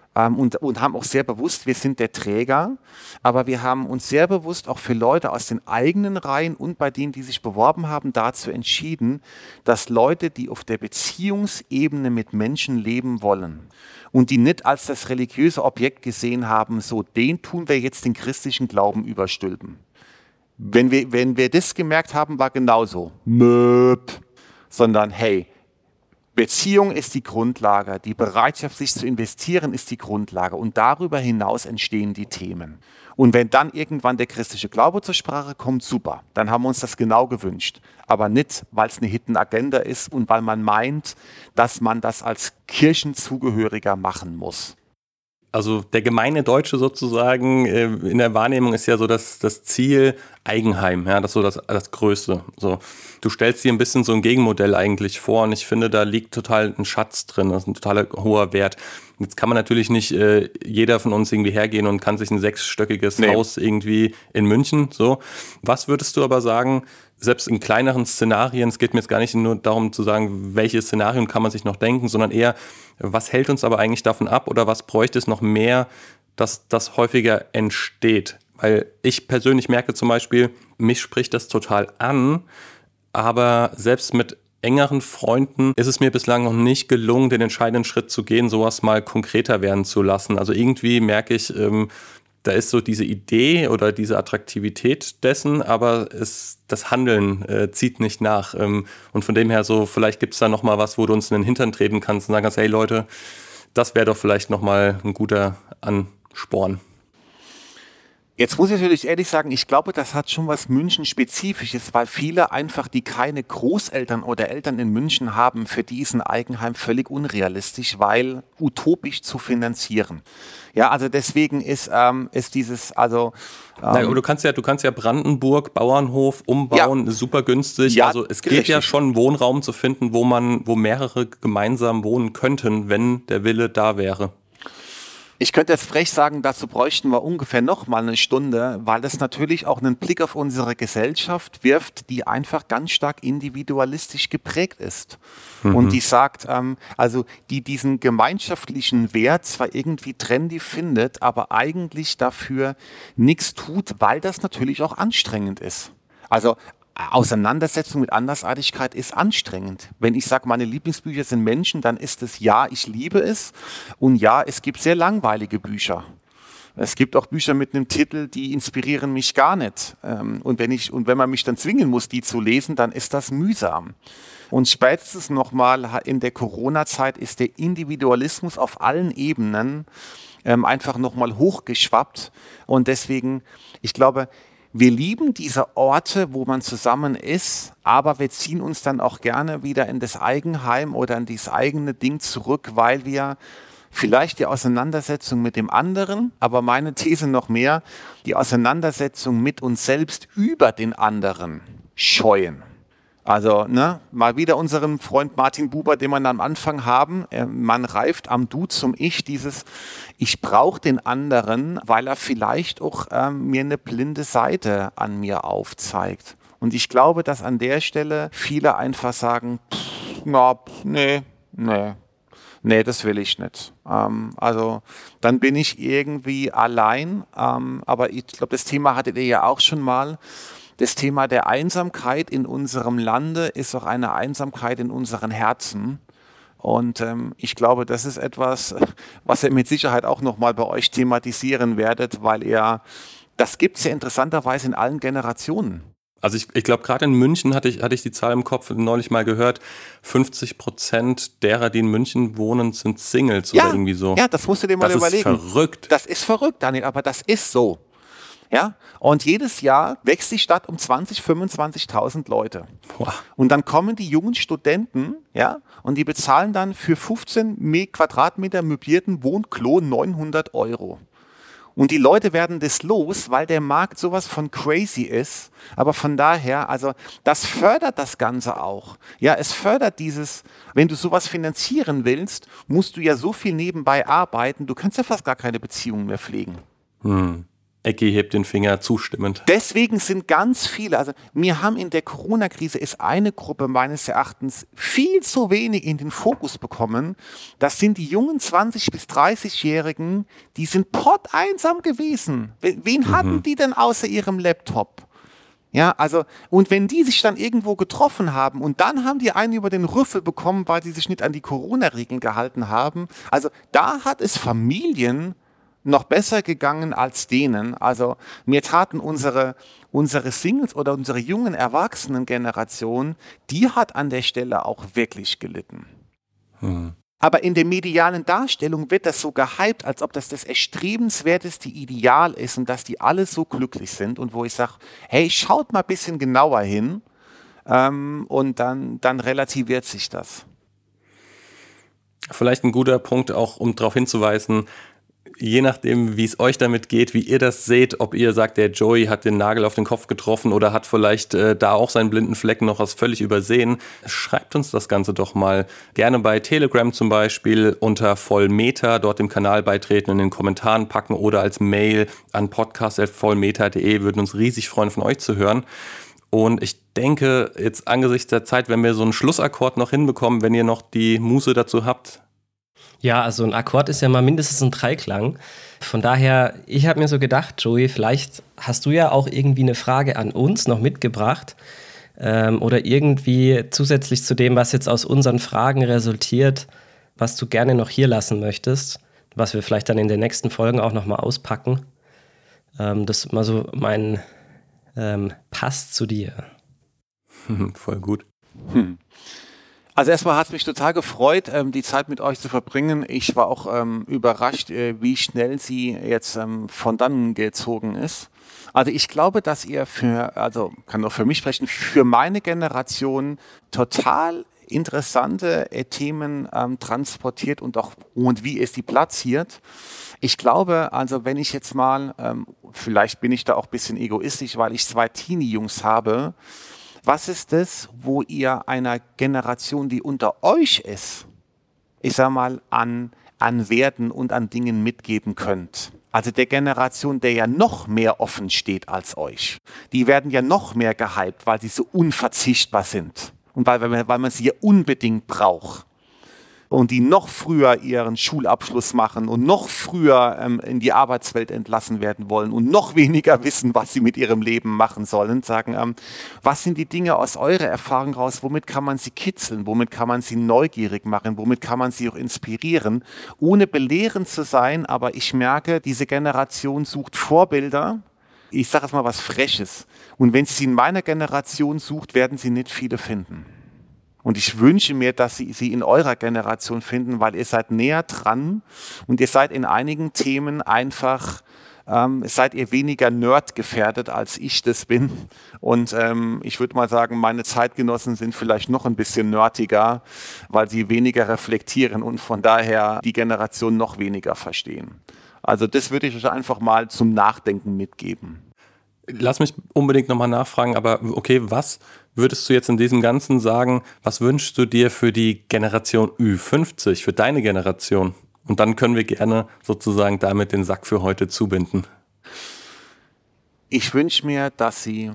und haben auch sehr bewusst, wir sind der Träger, aber wir haben uns sehr bewusst auch für Leute aus den eigenen Reihen und bei denen, die sich beworben haben, dazu entschieden, dass Leute, die auf der Beziehungsebene mit Menschen leben wollen und die nicht als das religiöse Objekt gesehen haben, so den tun wir jetzt den christlichen Glauben überstülpen. Wenn wir das gemerkt haben, war genauso. Möp. Sondern hey, Beziehung ist die Grundlage, die Bereitschaft, sich zu investieren, ist die Grundlage und darüber hinaus entstehen die Themen. Und wenn dann irgendwann der christliche Glaube zur Sprache kommt, super, dann haben wir uns das genau gewünscht. Aber nicht, weil es eine Hidden Agenda ist und weil man meint, dass man das als Kirchenzugehöriger machen muss. Also der gemeine Deutsche sozusagen in der Wahrnehmung ist ja so das Ziel Eigenheim, ja, das ist so das Größte. So, du stellst dir ein bisschen so ein Gegenmodell eigentlich vor und ich finde, da liegt total ein Schatz drin, das ist ein total hoher Wert. Jetzt kann man natürlich nicht jeder von uns irgendwie hergehen und kann sich ein 6-stöckiges Haus irgendwie in München, so. Was würdest du aber sagen, selbst in kleineren Szenarien, es geht mir jetzt gar nicht nur darum zu sagen, welche Szenarien kann man sich noch denken, sondern eher, was hält uns aber eigentlich davon ab oder was bräuchte es noch mehr, dass das häufiger entsteht? Weil ich persönlich merke zum Beispiel, mich spricht das total an, aber selbst mit engeren Freunden ist es mir bislang noch nicht gelungen, den entscheidenden Schritt zu gehen, sowas mal konkreter werden zu lassen. Also irgendwie merke ich, da ist so diese Idee oder diese Attraktivität dessen, aber das Handeln zieht nicht nach. Und von dem her so, vielleicht gibt es da nochmal was, wo du uns in den Hintern treten kannst und sagen kannst, hey Leute, das wäre doch vielleicht nochmal ein guter Ansporn. Jetzt muss ich natürlich ehrlich sagen, ich glaube, das hat schon was München-Spezifisches, weil viele einfach, die keine Großeltern oder Eltern in München haben, für die ist ein Eigenheim völlig unrealistisch, weil utopisch zu finanzieren. Ja, also deswegen ist dieses, also... Nein, aber du kannst ja Brandenburg, Bauernhof umbauen, super günstig. Ja, also es geht richtig. ja schon, Wohnraum zu finden, wo mehrere gemeinsam wohnen könnten, wenn der Wille da wäre. Ich könnte jetzt frech sagen, dazu bräuchten wir ungefähr noch mal eine Stunde, weil das natürlich auch einen Blick auf unsere Gesellschaft wirft, die einfach ganz stark individualistisch geprägt ist. Und die sagt, also die diesen gemeinschaftlichen Wert zwar irgendwie trendy findet, aber eigentlich dafür nichts tut, weil das natürlich auch anstrengend ist. Also Auseinandersetzung mit Andersartigkeit ist anstrengend. Wenn ich sage, meine Lieblingsbücher sind Menschen, dann ist es ja, ich liebe es. Und ja, es gibt sehr langweilige Bücher. Es gibt auch Bücher mit einem Titel, die inspirieren mich gar nicht. Und wenn man mich dann zwingen muss, die zu lesen, dann ist das mühsam. Und spätestens nochmal in der Corona-Zeit ist der Individualismus auf allen Ebenen einfach nochmal hochgeschwappt. Und deswegen, ich glaube, wir lieben diese Orte, wo man zusammen ist, aber wir ziehen uns dann auch gerne wieder in das Eigenheim oder in dieses eigene Ding zurück, weil wir vielleicht die Auseinandersetzung mit dem anderen, aber meine These noch mehr, die Auseinandersetzung mit uns selbst über den anderen scheuen. Also mal wieder unseren Freund Martin Buber, den wir am Anfang haben, man reift am Du zum Ich, dieses ich brauche den anderen, weil er vielleicht auch mir eine blinde Seite an mir aufzeigt. Und ich glaube, dass an der Stelle viele einfach sagen, nee, das will ich nicht. Also dann bin ich irgendwie allein, aber ich glaube, das Thema hattet ihr ja auch schon mal. Das Thema der Einsamkeit in unserem Lande ist auch eine Einsamkeit in unseren Herzen. Und ich glaube, das ist etwas, was ihr mit Sicherheit auch nochmal bei euch thematisieren werdet, weil das gibt es ja interessanterweise in allen Generationen. Also ich glaube, gerade in München hatte ich die Zahl im Kopf neulich mal gehört, 50% derer, die in München wohnen, sind Singles oder irgendwie so. Ja, das musst du dir mal überlegen. Das ist verrückt. Das ist verrückt, Daniel, aber das ist so. Ja, und jedes Jahr wächst die Stadt um 20.000, 25.000 Leute. Boah. Und dann kommen die jungen Studenten, ja, und die bezahlen dann für 15 Quadratmeter möblierten Wohnklo 900 €. Und die Leute werden das los, weil der Markt sowas von crazy ist. Aber von daher, also das fördert das Ganze auch. Ja, es fördert wenn du sowas finanzieren willst, musst du ja so viel nebenbei arbeiten, du kannst ja fast gar keine Beziehungen mehr pflegen. Ecki hebt den Finger zustimmend. Deswegen sind ganz viele, also wir haben in der Corona-Krise ist eine Gruppe meines Erachtens viel zu wenig in den Fokus bekommen. Das sind die jungen 20- bis 30-Jährigen, die sind potteinsam gewesen. Wen hatten die denn außer ihrem Laptop? Ja, also, und wenn die sich dann irgendwo getroffen haben und dann haben die einen über den Rüffel bekommen, weil sie sich nicht an die Corona-Regeln gehalten haben, also da hat es Familien noch besser gegangen als denen. Also mir taten unsere Singles oder unsere jungen Erwachsenen-Generation, die hat an der Stelle auch wirklich gelitten. Aber in der medialen Darstellung wird das so gehypt, als ob das erstrebenswerteste Ideal ist und dass die alle so glücklich sind. Und wo ich sage, hey, schaut mal ein bisschen genauer hin und dann relativiert sich das. Vielleicht ein guter Punkt auch, um darauf hinzuweisen, je nachdem, wie es euch damit geht, wie ihr das seht, ob ihr sagt, der Joey hat den Nagel auf den Kopf getroffen oder hat vielleicht da auch seinen blinden Flecken noch was völlig übersehen, schreibt uns das Ganze doch mal gerne bei Telegram zum Beispiel unter Vollmeter, dort dem Kanal beitreten, in den Kommentaren packen oder als Mail an podcast@vollmeter.de, würden uns riesig freuen, von euch zu hören. Und ich denke, jetzt angesichts der Zeit, wenn wir so einen Schlussakkord noch hinbekommen, wenn ihr noch die Muße dazu habt. Ja, also ein Akkord ist ja mal mindestens ein Dreiklang. Von daher, ich habe mir so gedacht, Joey, vielleicht hast du ja auch irgendwie eine Frage an uns noch mitgebracht oder irgendwie zusätzlich zu dem, was jetzt aus unseren Fragen resultiert, was du gerne noch hier lassen möchtest, was wir vielleicht dann in den nächsten Folgen auch nochmal auspacken. Das ist mal so mein Pass zu dir. Voll gut. Also erstmal hat es mich total gefreut, die Zeit mit euch zu verbringen. Ich war auch überrascht, wie schnell sie jetzt von dannen gezogen ist. Also ich glaube, dass ihr kann nur für mich sprechen, für meine Generation total interessante Themen transportiert und wie ihr sie platziert. Ich glaube, also wenn ich jetzt mal, vielleicht bin ich da auch ein bisschen egoistisch, weil ich 2 Teenie-Jungs habe. Was ist das, wo ihr einer Generation, die unter euch ist, ich sag mal, an Werten und an Dingen mitgeben könnt? Also der Generation, der ja noch mehr offen steht als euch. Die werden ja noch mehr gehypt, weil sie so unverzichtbar sind. Und weil man sie ja unbedingt braucht. Und die noch früher ihren Schulabschluss machen und noch früher in die Arbeitswelt entlassen werden wollen und noch weniger wissen, was sie mit ihrem Leben machen sollen, sagen, was sind die Dinge aus eurer Erfahrung raus, womit kann man sie kitzeln, womit kann man sie neugierig machen, womit kann man sie auch inspirieren, ohne belehrend zu sein, aber ich merke, diese Generation sucht Vorbilder, ich sage jetzt mal was Freches, und wenn sie in meiner Generation sucht, werden sie nicht viele finden. Und ich wünsche mir, dass sie in eurer Generation finden, weil ihr seid näher dran und ihr seid in einigen Themen einfach, seid ihr weniger Nerd-gefährdet, als ich das bin. Und ich würde mal sagen, meine Zeitgenossen sind vielleicht noch ein bisschen nerdiger, weil sie weniger reflektieren und von daher die Generation noch weniger verstehen. Also das würde ich euch einfach mal zum Nachdenken mitgeben. Lass mich unbedingt nochmal nachfragen, aber okay, was würdest du jetzt in diesem Ganzen sagen, was wünschst du dir für die Generation Ü50, für deine Generation? Und dann können wir gerne sozusagen damit den Sack für heute zubinden. Ich wünsche mir, dass sie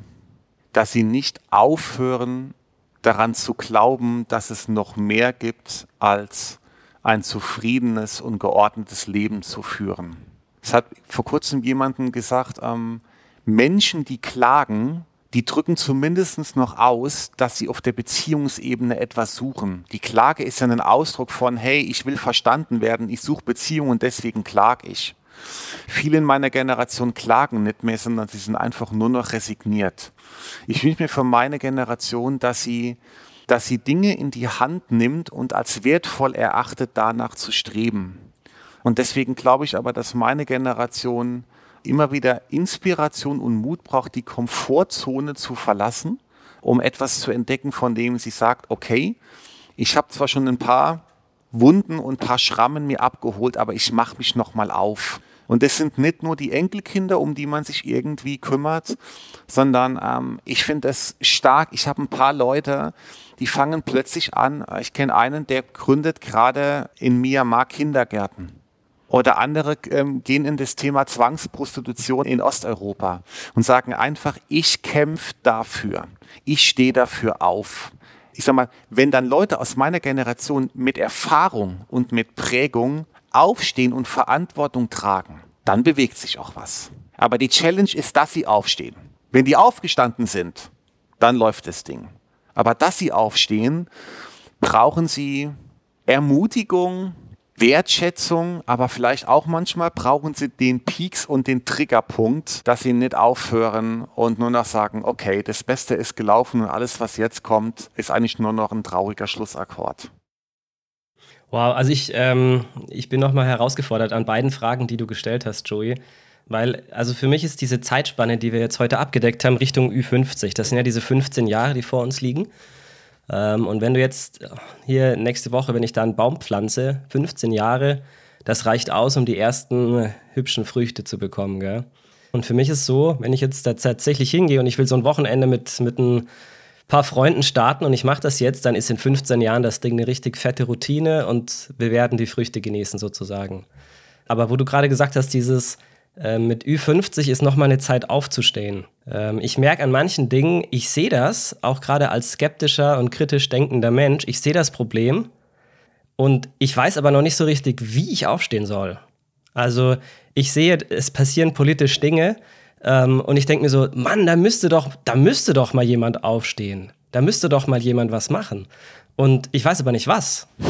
nicht aufhören, daran zu glauben, dass es noch mehr gibt, als ein zufriedenes und geordnetes Leben zu führen. Es hat vor kurzem jemanden gesagt, Menschen, die klagen, die drücken zumindest noch aus, dass sie auf der Beziehungsebene etwas suchen. Die Klage ist ja ein Ausdruck von, hey, ich will verstanden werden, ich suche Beziehung und deswegen klage ich. Viele in meiner Generation klagen nicht mehr, sondern sie sind einfach nur noch resigniert. Ich wünsche mir für meine Generation, dass sie Dinge in die Hand nimmt und als wertvoll erachtet, danach zu streben. Und deswegen glaube ich aber, dass meine Generation immer wieder Inspiration und Mut braucht, die Komfortzone zu verlassen, um etwas zu entdecken, von dem sie sagt, okay, ich habe zwar schon ein paar Wunden und ein paar Schrammen mir abgeholt, aber ich mache mich nochmal auf. Und das sind nicht nur die Enkelkinder, um die man sich irgendwie kümmert, sondern ich finde es stark. Ich habe ein paar Leute, die fangen plötzlich an. Ich kenne einen, der gründet gerade in Myanmar Kindergärten. Oder andere gehen in das Thema Zwangsprostitution in Osteuropa und sagen einfach, ich kämpfe dafür, ich stehe dafür auf. Ich sag mal, wenn dann Leute aus meiner Generation mit Erfahrung und mit Prägung aufstehen und Verantwortung tragen, dann bewegt sich auch was. Aber die Challenge ist, dass sie aufstehen. Wenn die aufgestanden sind, dann läuft das Ding. Aber dass sie aufstehen, brauchen sie Ermutigung, Wertschätzung, aber vielleicht auch manchmal brauchen sie den Peaks und den Triggerpunkt, dass sie nicht aufhören und nur noch sagen, okay, das Beste ist gelaufen und alles, was jetzt kommt, ist eigentlich nur noch ein trauriger Schlussakkord. Wow, also ich bin nochmal herausgefordert an beiden Fragen, die du gestellt hast, Joey. Weil, also für mich ist diese Zeitspanne, die wir jetzt heute abgedeckt haben, Richtung Ü50, das sind ja diese 15 Jahre, die vor uns liegen. Und wenn du jetzt hier nächste Woche, wenn ich da einen Baum pflanze, 15 Jahre, das reicht aus, um die ersten hübschen Früchte zu bekommen, gell? Und für mich ist es so, wenn ich jetzt da tatsächlich hingehe und ich will so ein Wochenende mit ein paar Freunden starten und ich mache das jetzt, dann ist in 15 Jahren das Ding eine richtig fette Routine und wir werden die Früchte genießen sozusagen. Aber wo du gerade gesagt hast, dieses mit Ü50 ist nochmal eine Zeit aufzustehen. Ich merke an manchen Dingen, ich sehe das, auch gerade als skeptischer und kritisch denkender Mensch, ich sehe das Problem und ich weiß aber noch nicht so richtig, wie ich aufstehen soll. Also ich sehe, es passieren politisch Dinge und ich denke mir so, Mann, da müsste doch mal jemand aufstehen. Da müsste doch mal jemand was machen. Und ich weiß aber nicht was.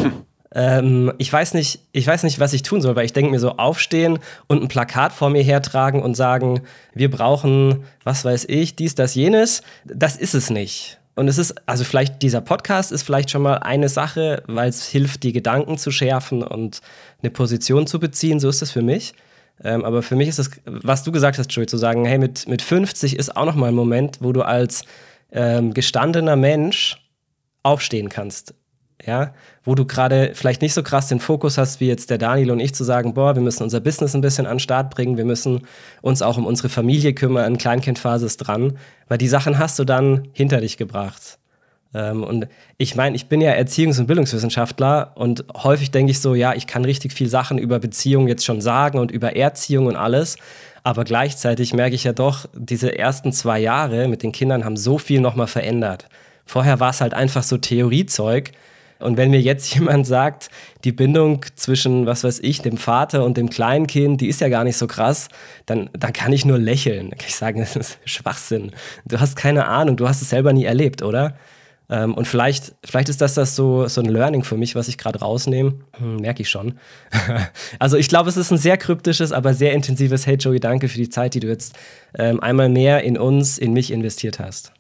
Ich weiß nicht, was ich tun soll, weil ich denke mir so, aufstehen und ein Plakat vor mir hertragen und sagen, wir brauchen, was weiß ich, dies, das, jenes, das ist es nicht. Und es ist, also vielleicht dieser Podcast ist vielleicht schon mal eine Sache, weil es hilft, die Gedanken zu schärfen und eine Position zu beziehen, so ist es für mich. Aber für mich ist es, was du gesagt hast, Joey, zu sagen, hey, mit 50 ist auch noch mal ein Moment, wo du als gestandener Mensch aufstehen kannst. Ja, wo du gerade vielleicht nicht so krass den Fokus hast, wie jetzt der Daniel und ich, zu sagen, boah, wir müssen unser Business ein bisschen an den Start bringen, wir müssen uns auch um unsere Familie kümmern, Kleinkindphase ist dran, weil die Sachen hast du dann hinter dich gebracht. Und ich meine, ich bin ja Erziehungs- und Bildungswissenschaftler und häufig denke ich so, ja, ich kann richtig viel Sachen über Beziehungen jetzt schon sagen und über Erziehung und alles, aber gleichzeitig merke ich ja doch, diese ersten 2 Jahre mit den Kindern haben so viel nochmal verändert. Vorher war es halt einfach so Theoriezeug. Und wenn mir jetzt jemand sagt, die Bindung zwischen, was weiß ich, dem Vater und dem Kleinkind, die ist ja gar nicht so krass, dann kann ich nur lächeln. Dann kann ich sagen, das ist Schwachsinn. Du hast keine Ahnung, du hast es selber nie erlebt, oder? Und vielleicht ist das so ein Learning für mich, was ich gerade rausnehme. Merke ich schon. Also ich glaube, es ist ein sehr kryptisches, aber sehr intensives Hey Joey, danke für die Zeit, die du jetzt einmal mehr in uns, in mich investiert hast.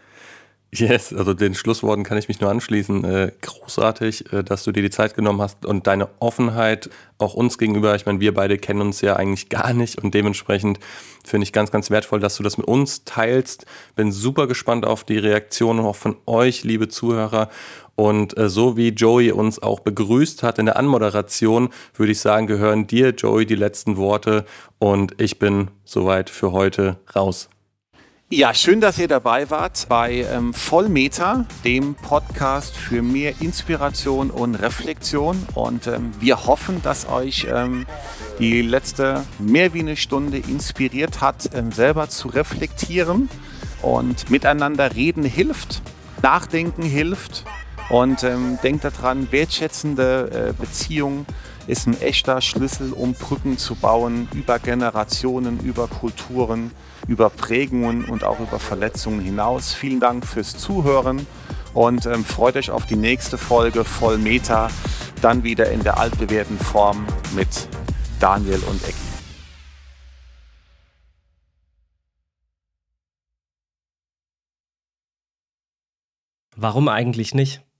Yes, also den Schlussworten kann ich mich nur anschließen. Großartig, dass du dir die Zeit genommen hast und deine Offenheit auch uns gegenüber. Ich meine, wir beide kennen uns ja eigentlich gar nicht und dementsprechend finde ich ganz, ganz wertvoll, dass du das mit uns teilst. Bin super gespannt auf die Reaktionen auch von euch, liebe Zuhörer. Und so wie Joey uns auch begrüßt hat in der Anmoderation, würde ich sagen, gehören dir, Joey, die letzten Worte und ich bin soweit für heute raus. Ja, schön, dass ihr dabei wart bei Vollmeter, dem Podcast für mehr Inspiration und Reflexion. Und wir hoffen, dass euch die letzte mehr wie eine Stunde inspiriert hat, selber zu reflektieren. Und miteinander reden hilft, nachdenken hilft. Und denkt daran, wertschätzende Beziehungen ist ein echter Schlüssel, um Brücken zu bauen über Generationen, über Kulturen, über Prägungen und auch über Verletzungen hinaus. Vielen Dank fürs Zuhören und freut euch auf die nächste Folge Vollmeter, dann wieder in der altbewährten Form mit Daniel und Ecki. Warum eigentlich nicht?